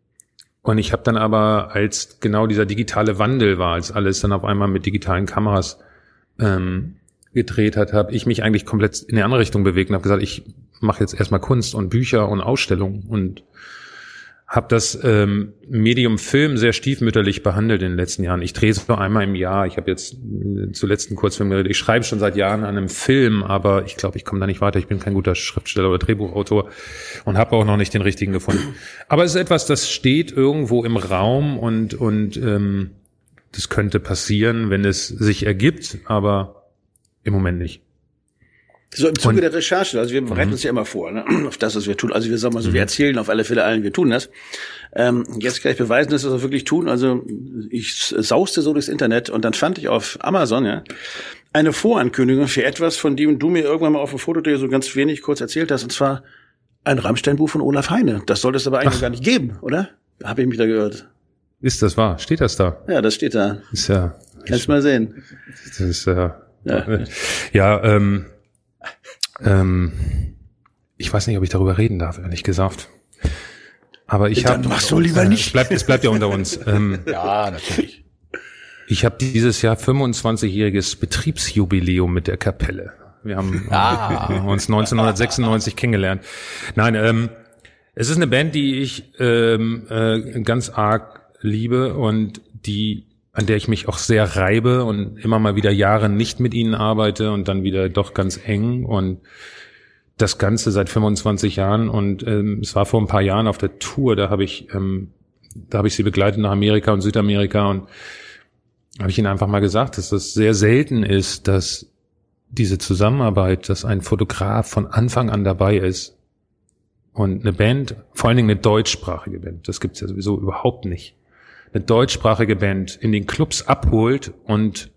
Und ich habe dann aber, als genau dieser digitale Wandel war, als alles dann auf einmal mit digitalen Kameras ähm, gedreht hat, habe ich mich eigentlich komplett in eine andere Richtung bewegt und habe gesagt, ich mache jetzt erstmal Kunst und Bücher und Ausstellungen und habe das ähm, Medium Film sehr stiefmütterlich behandelt in den letzten Jahren. Ich drehe es nur einmal im Jahr. Ich habe jetzt zuletzt einen Kurzfilm geredet. Ich schreibe schon seit Jahren an einem Film, aber ich glaube, ich komme da nicht weiter. Ich bin kein guter Schriftsteller oder Drehbuchautor und habe auch noch nicht den richtigen gefunden. Aber es ist etwas, das steht irgendwo im Raum und und ähm, das könnte passieren, wenn es sich ergibt, aber im Moment nicht. So im Zuge und, der Recherche, also wir bereiten uns ja immer vor, ne, auf das, was wir tun. Also wir sagen mal so, wir erzählen auf alle Fälle allen, wir tun das. Ähm, jetzt kann ich beweisen, dass wir das auch wirklich tun. Also ich sauste so durchs Internet und dann fand ich auf Amazon ja eine Vorankündigung für etwas, von dem du mir irgendwann mal auf dem Foto so ganz wenig kurz erzählt hast, und zwar ein Rammstein-Buch von Olaf Heine. Das sollte es aber eigentlich Ach. gar nicht geben, oder? Habe ich mich da gehört. Ist das wahr? Steht das da? Ja, das steht da. Ist ja. Kannst mal sehen. Das ist äh, ja, ja ähm, ähm, ich weiß nicht, ob ich darüber reden darf, ehrlich gesagt. Aber ich habe. Machst du lieber äh, nicht. Es bleibt, es bleibt ja unter uns. Ähm, ja, natürlich. Ich habe dieses Jahr fünfundzwanzigjähriges Betriebsjubiläum mit der Kapelle. Wir haben ah. uns neunzehnhundertsechsundneunzig kennengelernt. Nein, ähm, es ist eine Band, die ich ähm, äh, ganz arg liebe und die an der ich mich auch sehr reibe und immer mal wieder Jahre nicht mit ihnen arbeite und dann wieder doch ganz eng und das Ganze seit fünfundzwanzig Jahren und ähm, es war vor ein paar Jahren auf der Tour, da habe ich ähm, da habe ich sie begleitet nach Amerika und Südamerika und habe ich ihnen einfach mal gesagt, dass das sehr selten ist, dass diese Zusammenarbeit, dass ein Fotograf von Anfang an dabei ist und eine Band, vor allen Dingen eine deutschsprachige Band, das gibt's ja sowieso überhaupt nicht, eine deutschsprachige Band in den Clubs abholt und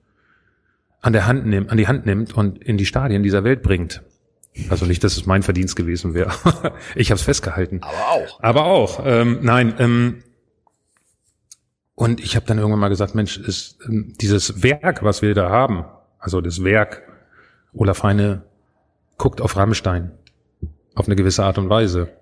an der Hand nimmt, an die Hand nimmt und in die Stadien dieser Welt bringt. Also nicht, dass es mein Verdienst gewesen wäre. Ich habe es festgehalten. Aber auch. Aber auch. Ähm, nein. Ähm, und ich habe dann irgendwann mal gesagt, Mensch, ist ähm, dieses Werk, was wir da haben, also das Werk, Olaf Heine guckt auf Rammstein auf eine gewisse Art und Weise.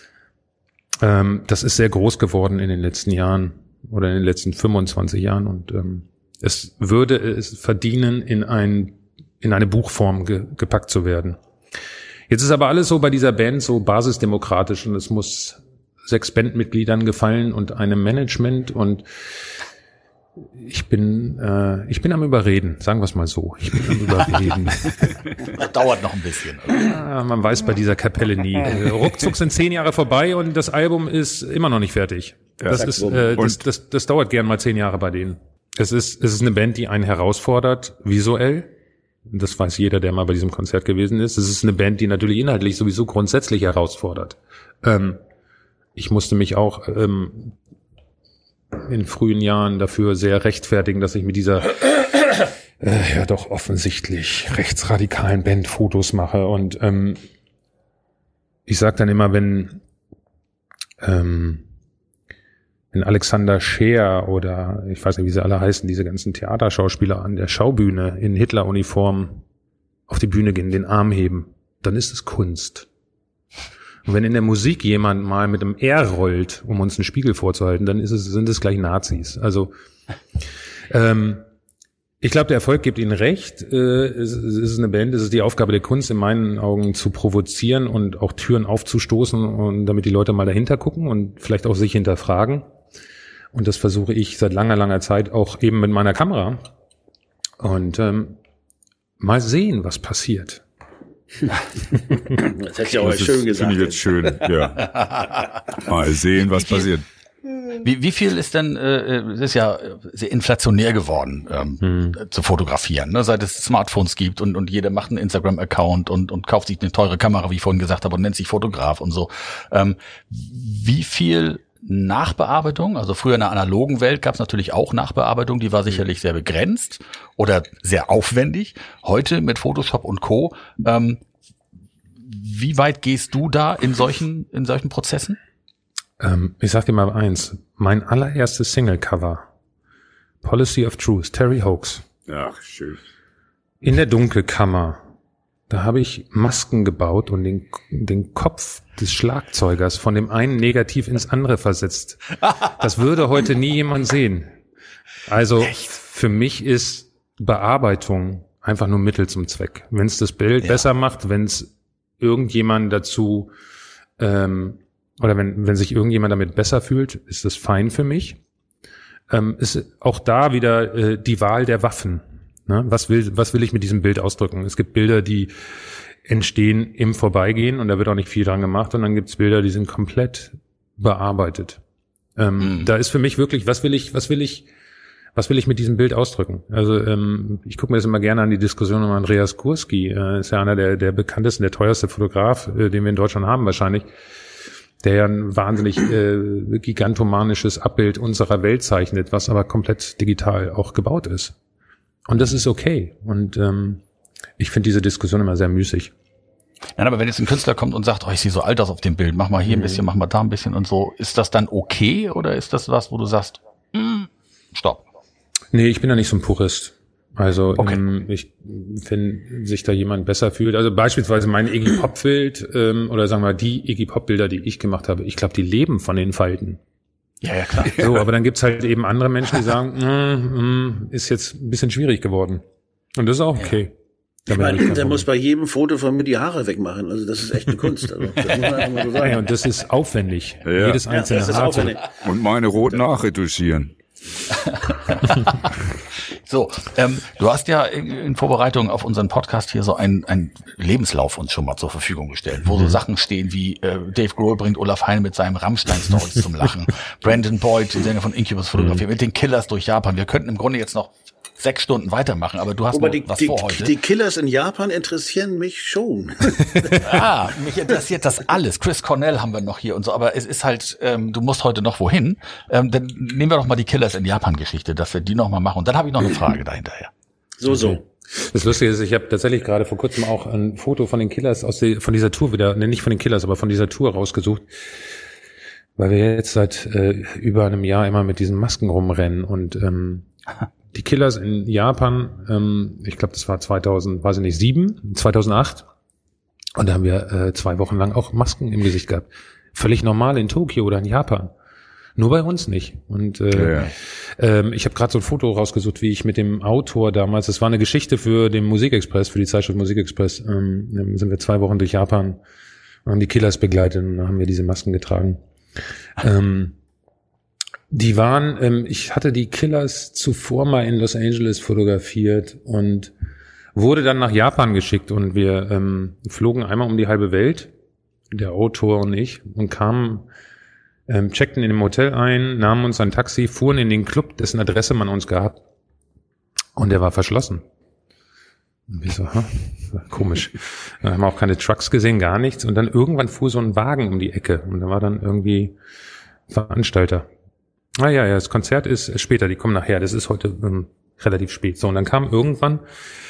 Ähm, das ist sehr groß geworden in den letzten Jahren. Oder in den letzten fünfundzwanzig Jahren und ähm, es würde es verdienen, in ein in eine Buchform ge, gepackt zu werden. Jetzt ist aber alles so bei dieser Band so basisdemokratisch und es muss sechs Bandmitgliedern gefallen und einem Management und Ich bin, äh, ich bin am Überreden, sagen wir es mal so. Ich bin am Überreden. Das dauert noch ein bisschen. Ja, man weiß bei dieser Kapelle nie. Äh, ruckzuck sind zehn Jahre vorbei und das Album ist immer noch nicht fertig. Ja, das ist, äh, das, und das, das dauert gern mal zehn Jahre bei denen. Es ist, es ist eine Band, die einen herausfordert, visuell. Das weiß jeder, der mal bei diesem Konzert gewesen ist. Es ist eine Band, die natürlich inhaltlich sowieso grundsätzlich herausfordert. Ähm, ich musste mich auch ähm, in frühen Jahren dafür sehr rechtfertigen, dass ich mit dieser äh, ja doch offensichtlich rechtsradikalen Band Fotos mache. Und ähm, ich sag dann immer, wenn ähm, wenn Alexander Scheer oder ich weiß nicht, wie sie alle heißen, diese ganzen Theaterschauspieler an der Schaubühne in Hitleruniform auf die Bühne gehen, den Arm heben, dann ist es Kunst. Und wenn in der Musik jemand mal mit einem R rollt, um uns einen Spiegel vorzuhalten, dann ist es, sind es gleich Nazis. Also ähm, ich glaube, der Erfolg gibt ihnen recht. Äh, es, es ist eine Band, es ist die Aufgabe der Kunst, in meinen Augen zu provozieren und auch Türen aufzustoßen, und damit die Leute mal dahinter gucken und vielleicht auch sich hinterfragen. Und das versuche ich seit langer, langer Zeit auch eben mit meiner Kamera. Und ähm, mal sehen, was passiert. Das hätte ich auch das schön ist, gesagt. finde ich jetzt schön, ja. Mal sehen, was passiert. Wie, wie viel ist denn, äh, es ist ja sehr inflationär geworden, ähm, hm. zu fotografieren, ne? Seit es Smartphones gibt und, und jeder macht einen Instagram-Account und, und kauft sich eine teure Kamera, wie ich vorhin gesagt habe, und nennt sich Fotograf und so. Ähm, wie viel Nachbearbeitung, also früher in der analogen Welt gab es natürlich auch Nachbearbeitung, die war sicherlich sehr begrenzt oder sehr aufwendig. Heute mit Photoshop und Co. Ähm, wie weit gehst du da in solchen, in solchen Prozessen? Ähm, ich sag dir mal eins, mein allererstes Singlecover, Policy of Truth, Terry Hoax. Ach, schön. In der Dunkelkammer, da habe ich Masken gebaut und den, den Kopf des Schlagzeugers von dem einen negativ ins andere versetzt. Das würde heute nie jemand sehen. Also Echt? Für mich ist Bearbeitung einfach nur Mittel zum Zweck. Wenn es das Bild ja. besser macht, wenn es irgendjemand dazu ähm, oder wenn, wenn sich irgendjemand damit besser fühlt, ist das fein für mich. Ähm, ist auch da wieder äh, die Wahl der Waffen. Ne? Was will, was will ich mit diesem Bild ausdrücken? Es gibt Bilder, die entstehen im Vorbeigehen und da wird auch nicht viel dran gemacht. Und dann gibt es Bilder, die sind komplett bearbeitet. Ähm, mhm. Da ist für mich wirklich, was will ich, was will ich, was will ich mit diesem Bild ausdrücken? Also ähm, ich gucke mir das immer gerne an, die Diskussion um Andreas Kurski. Äh, ist ja einer der, der bekanntesten, der teuerste Fotograf, äh, den wir in Deutschland haben wahrscheinlich, der ja ein wahnsinnig äh, gigantomanisches Abbild unserer Welt zeichnet, was aber komplett digital auch gebaut ist. Und das ist okay. Und ähm, ich finde diese Diskussion immer sehr müßig. Nein, aber wenn jetzt ein Künstler kommt und sagt, oh, ich sehe so alt aus auf dem Bild, mach mal hier ein bisschen, mach mal da ein bisschen und so, ist das dann okay oder ist das was, wo du sagst, mm, stopp? Nee, ich bin da nicht so ein Purist. Also okay. ähm, ich, wenn sich da jemand besser fühlt, also beispielsweise mein Iggy Pop Bild ähm, oder sagen wir die Iggy Pop Bilder, die ich gemacht habe, ich glaube, die leben von den Falten. Ja, ja, klar. So, aber dann gibt's halt eben andere Menschen, die sagen, mm, mm, ist jetzt ein bisschen schwierig geworden. Und das ist auch okay. Ja. Ich meine, der muss bei jedem Foto von mir die Haare wegmachen. Also das ist echt eine Kunst. Also, das muss man einfach mal so sagen. Ja, und das ist aufwendig. Ja. Jedes einzelne ja, Haar. Und meine rot nachretuschieren. So, ähm, du hast ja in, in Vorbereitung auf unseren Podcast hier so einen, einen Lebenslauf uns schon mal zur Verfügung gestellt, wo mhm. so Sachen stehen wie äh, Dave Grohl bringt Olaf Heine mit seinem Rammstein-Stories zum Lachen, Brandon Boyd, der Sänger von Incubus, fotografiert, mhm. mit den Killers durch Japan. Wir könnten im Grunde jetzt noch sechs Stunden weitermachen, aber du hast aber noch die, was die, vor heute. Die Killers in Japan interessieren mich schon. Ah, mich interessiert das alles. Chris Cornell haben wir noch hier und so, aber es ist halt, ähm, du musst heute noch wohin. Ähm, dann nehmen wir doch mal die Killers in Japan-Geschichte, dass wir die noch mal machen. Und dann habe ich noch eine Frage dahinterher. So, so. Das Lustige ist, ich habe tatsächlich gerade vor kurzem auch ein Foto von den Killers aus der, von dieser Tour wieder, ne, nicht von den Killers, aber von dieser Tour rausgesucht, weil wir jetzt seit äh, über einem Jahr immer mit diesen Masken rumrennen und ähm, die Killers in Japan, ähm, ich glaube, das war zweitausend, weiß ich nicht, sieben, zweitausendacht. Und da haben wir äh, zwei Wochen lang auch Masken im Gesicht gehabt. Völlig normal in Tokio oder in Japan. Nur bei uns nicht. Und äh, ja, ja. Ähm, ich habe gerade so ein Foto rausgesucht, wie ich mit dem Autor damals, das war eine Geschichte für den Musikexpress, für die Zeitschrift Musikexpress, ähm, dann sind wir zwei Wochen durch Japan und haben die Killers begleitet und dann haben wir diese Masken getragen. Ähm, Die waren, ähm, ich hatte die Killers zuvor mal in Los Angeles fotografiert und wurde dann nach Japan geschickt und wir ähm, flogen einmal um die halbe Welt, der Autor und ich, und kamen, ähm, checkten in dem Hotel ein, nahmen uns ein Taxi, fuhren in den Club, dessen Adresse man uns gab, und der war verschlossen. Und wir so, hm, komisch. Dann haben wir auch keine Trucks gesehen, gar nichts, und dann irgendwann fuhr so ein Wagen um die Ecke und da war dann irgendwie Veranstalter. Ah ja, ja, das Konzert ist später, die kommen nachher, das ist heute ähm, relativ spät. So, und dann kam irgendwann,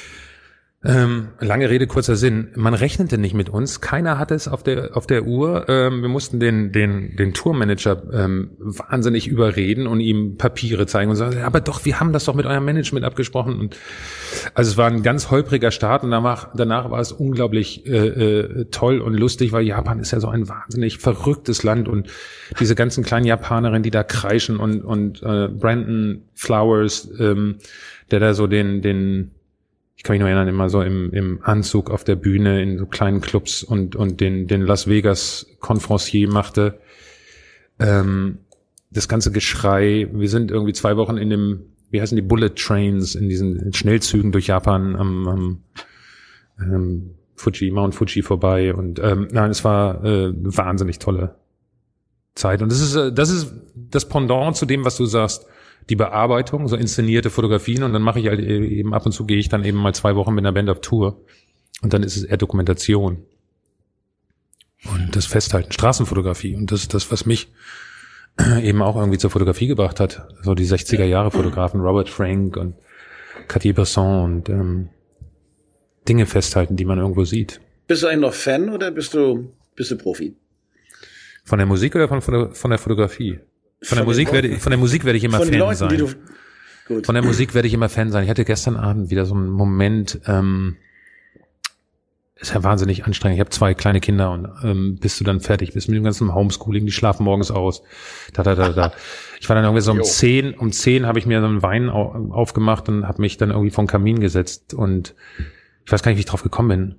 ähm, lange Rede, kurzer Sinn, man rechnete nicht mit uns, keiner hatte es auf der auf der Uhr, ähm, wir mussten den den den Tourmanager ähm, wahnsinnig überreden und ihm Papiere zeigen und sagen, aber doch, wir haben das doch mit eurem Management abgesprochen. Und also es war ein ganz holpriger Start und danach, danach war es unglaublich äh, äh, toll und lustig, weil Japan ist ja so ein wahnsinnig verrücktes Land und diese ganzen kleinen Japanerinnen, die da kreischen und und äh, Brandon Flowers, ähm, der da so den den ich kann mich noch erinnern, immer so im, im Anzug auf der Bühne in so kleinen Clubs und, und den, den Las Vegas Conferencier machte. Ähm, das ganze Geschrei. Wir sind irgendwie zwei Wochen in dem, wie heißen die, Bullet Trains, in diesen Schnellzügen durch Japan am, am ähm, Fuji, Mount Fuji vorbei. Und ähm, nein, es war äh, eine wahnsinnig tolle Zeit. Und das ist, äh, das ist das Pendant zu dem, was du sagst. Die Bearbeitung, so inszenierte Fotografien, und dann mache ich halt eben ab und zu, gehe ich dann eben mal zwei Wochen mit einer Band auf Tour und dann ist es eher Dokumentation und das Festhalten, Straßenfotografie, und das ist das, was mich eben auch irgendwie zur Fotografie gebracht hat, so die sechziger Jahre Fotografen, Robert Frank und Cartier-Bresson und ähm, Dinge festhalten, die man irgendwo sieht. Bist du eigentlich noch Fan oder bist du bist du Profi? Von der Musik oder von, von der Fotografie? Von der Musik werde ich, von der Musik werde ich immer von Fan Leuten, sein. Die du, gut. Von der Musik werde ich immer Fan sein. Ich hatte gestern Abend wieder so einen Moment, ähm, ist ja wahnsinnig anstrengend. Ich habe zwei kleine Kinder und ähm, bist du dann fertig bist mit dem ganzen Homeschooling, die schlafen morgens aus. Da, da, da, da. Ich war dann irgendwie so um zehn, um zehn habe ich mir so einen Wein au- aufgemacht und habe mich dann irgendwie vor den Kamin gesetzt und ich weiß gar nicht, wie ich drauf gekommen bin.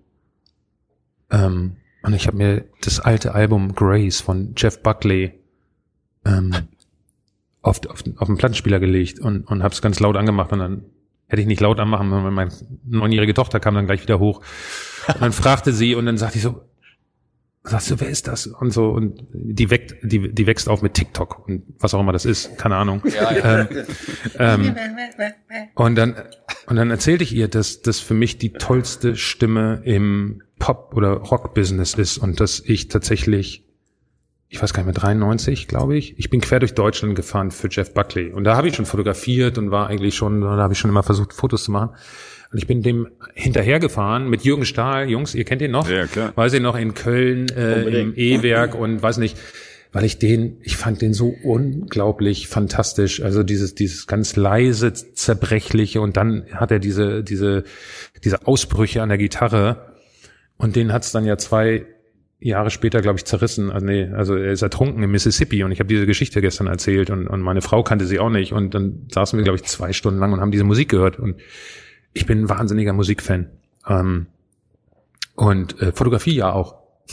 Ähm, und ich habe mir das alte Album Grace von Jeff Buckley ähm, auf, auf, auf den Plattenspieler gelegt und, und habe es ganz laut angemacht und dann hätte ich nicht laut anmachen, weil meine neunjährige Tochter kam dann gleich wieder hoch und dann fragte sie und dann sagte ich so, sagst du, wer ist das? Und so, und die weckt, die, die wächst auf mit TikTok und was auch immer das ist, keine Ahnung. Ja, ja. Ähm, ähm, und dann, und dann erzählte ich ihr, dass das für mich die tollste Stimme im Pop- oder Rock-Business ist und dass ich tatsächlich, ich weiß gar nicht mehr, dreiundneunzig, glaube ich. Ich bin quer durch Deutschland gefahren für Jeff Buckley. Und da habe ich schon fotografiert und war eigentlich schon, da habe ich schon immer versucht, Fotos zu machen. Und ich bin dem hinterhergefahren mit Jürgen Stahl. Jungs, ihr kennt ihn noch? Ja, klar. Weiß ich noch, in Köln, äh, im E-Werk und weiß nicht, weil ich den, ich fand den so unglaublich fantastisch. Also dieses, dieses ganz leise, zerbrechliche und dann hat er diese, diese, diese Ausbrüche an der Gitarre und den hat's dann ja zwei Jahre später, glaube ich, zerrissen. Also, nee, also er ist ertrunken im Mississippi und ich habe diese Geschichte gestern erzählt und, und meine Frau kannte sie auch nicht und dann saßen wir, glaube ich, zwei Stunden lang und haben diese Musik gehört und ich bin ein wahnsinniger Musikfan. Ähm, und äh, Fotografie ja auch.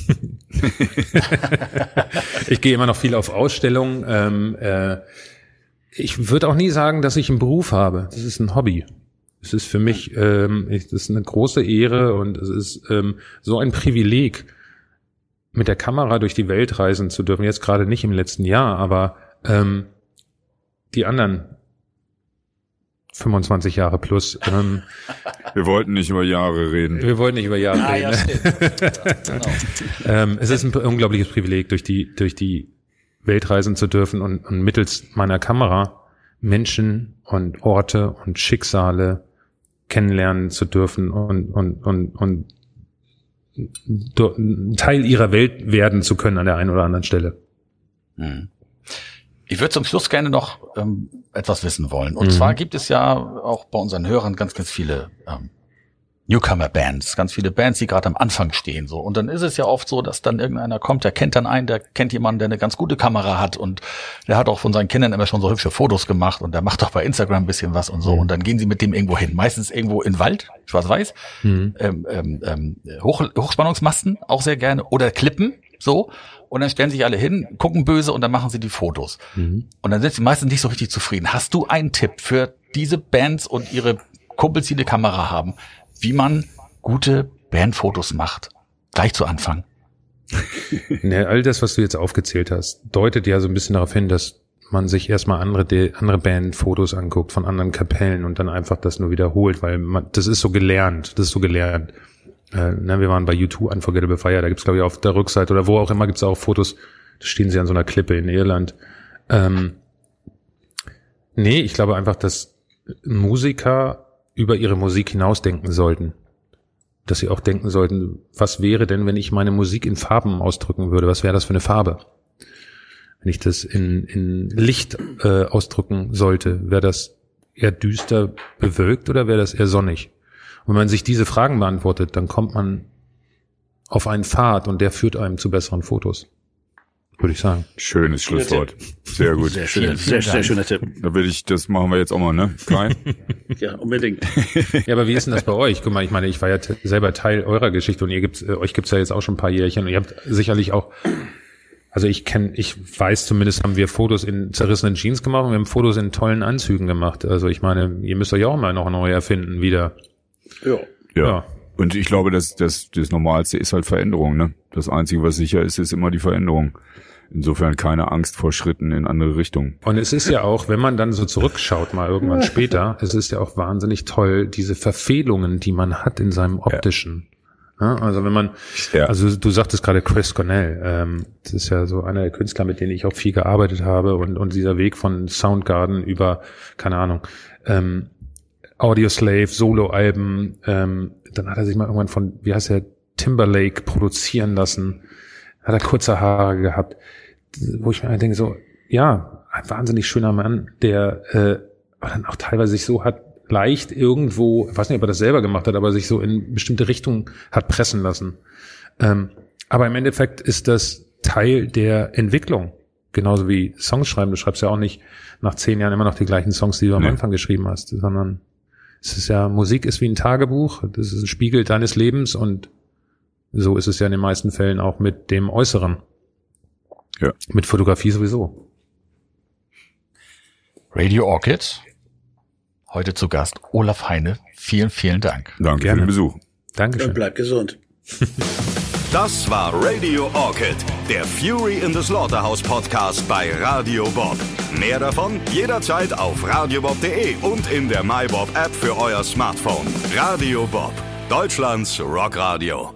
Ich gehe immer noch viel auf Ausstellungen. Ähm, äh, ich würde auch nie sagen, dass ich einen Beruf habe. Das ist ein Hobby. Es ist für mich, ähm, ich, das ist eine große Ehre und es ist ähm, so ein Privileg, mit der Kamera durch die Welt reisen zu dürfen. Jetzt gerade nicht im letzten Jahr, aber ähm, die anderen fünfundzwanzig Jahre plus. Ähm, wir wollten nicht über Jahre reden. Wir wollten nicht über Jahre ah, reden. Ja, ja, genau. ähm, es ist ein unglaubliches Privileg, durch die durch die Welt reisen zu dürfen und, und mittels meiner Kamera Menschen und Orte und Schicksale kennenlernen zu dürfen und und und und ein Teil ihrer Welt werden zu können an der einen oder anderen Stelle. Ich würde zum Schluss gerne noch ähm, etwas wissen wollen. Und mhm. zwar gibt es ja auch bei unseren Hörern ganz, ganz viele ähm, Newcomer-Bands, ganz viele Bands, die gerade am Anfang stehen. So. Und dann ist es ja oft so, dass dann irgendeiner kommt, der kennt dann einen, der kennt jemanden, der eine ganz gute Kamera hat und der hat auch von seinen Kindern immer schon so hübsche Fotos gemacht und der macht auch bei Instagram ein bisschen was und so. Und dann gehen sie mit dem irgendwo hin. Meistens irgendwo in Wald, schwarz-weiß, mhm. ähm, ähm, ähm, Hoch, Hochspannungsmasten auch sehr gerne oder Klippen. so, und dann stellen sich alle hin, gucken böse und dann machen sie die Fotos. Mhm. Und dann sind sie meistens nicht so richtig zufrieden. Hast du einen Tipp für diese Bands und ihre Kumpels, die eine Kamera haben, wie man gute Bandfotos macht? Gleich zu Anfang. Ne, all das, was du jetzt aufgezählt hast, deutet ja so ein bisschen darauf hin, dass man sich erstmal andere andere Bandfotos anguckt von anderen Kapellen und dann einfach das nur wiederholt, weil man, das ist so gelernt, das ist so gelernt. Äh, ne, wir waren bei U zwei Unforgettable Fire, da gibt's glaube ich auf der Rückseite oder wo auch immer gibt's auch Fotos, da stehen sie an so einer Klippe in Irland. Ähm, nee, ich glaube einfach, dass Musiker über ihre Musik hinausdenken sollten. Dass sie auch denken sollten, was wäre denn, wenn ich meine Musik in Farben ausdrücken würde? Was wäre das für eine Farbe? Wenn ich das in, in Licht äh, ausdrücken sollte, wäre das eher düster bewölkt oder wäre das eher sonnig? Und wenn man sich diese Fragen beantwortet, dann kommt man auf einen Pfad und der führt einem zu besseren Fotos. Würde ich sagen. Schönes Schlusswort. Sehr gut. Sehr schön, sehr, sehr schöner Tipp. Da will ich, das machen wir jetzt auch mal, ne? Kai? Ja, unbedingt. Ja, aber wie ist denn das bei euch? Guck mal, ich meine, ich war ja t- selber Teil eurer Geschichte und ihr gibt's, äh, euch gibt's ja jetzt auch schon ein paar Jährchen und ihr habt sicherlich auch, also ich kenne, ich weiß zumindest, haben wir Fotos in zerrissenen Jeans gemacht und wir haben Fotos in tollen Anzügen gemacht. Also ich meine, ihr müsst euch auch mal noch neu erfinden wieder. Ja. Ja. Ja. Und ich glaube, das, das, das Normalste ist halt Veränderung, ne? Das Einzige, was sicher ist, ist immer die Veränderung. Insofern keine Angst vor Schritten in andere Richtungen. Und es ist ja auch, wenn man dann so zurückschaut, mal irgendwann später, es ist ja auch wahnsinnig toll, diese Verfehlungen, die man hat in seinem optischen. Ja, also wenn man, Ja. also du sagtest gerade Chris Cornell, ähm, das ist ja so einer der Künstler, mit denen ich auch viel gearbeitet habe und, und dieser Weg von Soundgarden über, keine Ahnung, ähm, Audioslave, Soloalben, ähm, dann hat er sich mal irgendwann von, wie heißt der, Timberlake produzieren lassen, hat er kurze Haare gehabt, wo ich mir denke so, ja, ein wahnsinnig schöner Mann, der äh, dann auch teilweise sich so hat leicht irgendwo, ich weiß nicht, ob er das selber gemacht hat, aber sich so in bestimmte Richtungen hat pressen lassen. Ähm, aber im Endeffekt ist das Teil der Entwicklung, genauso wie Songs schreiben. Du schreibst ja auch nicht nach zehn Jahren immer noch die gleichen Songs, die du am Nee. Anfang geschrieben hast, sondern es ist ja, Musik ist wie ein Tagebuch, das ist ein Spiegel deines Lebens und so ist es ja in den meisten Fällen auch mit dem Äußeren. Ja. Mit Fotografie sowieso. Radio Orchid. Heute zu Gast Olaf Heine. Vielen, vielen Dank. Danke Gerne. für den Besuch. Dankeschön. Und bleib gesund. Das war Radio Orchid, der Fury in the Slaughterhouse Podcast bei Radio Bob. Mehr davon jederzeit auf radiobob punkt de und in der MyBob App für euer Smartphone. Radio Bob, Deutschlands Rockradio.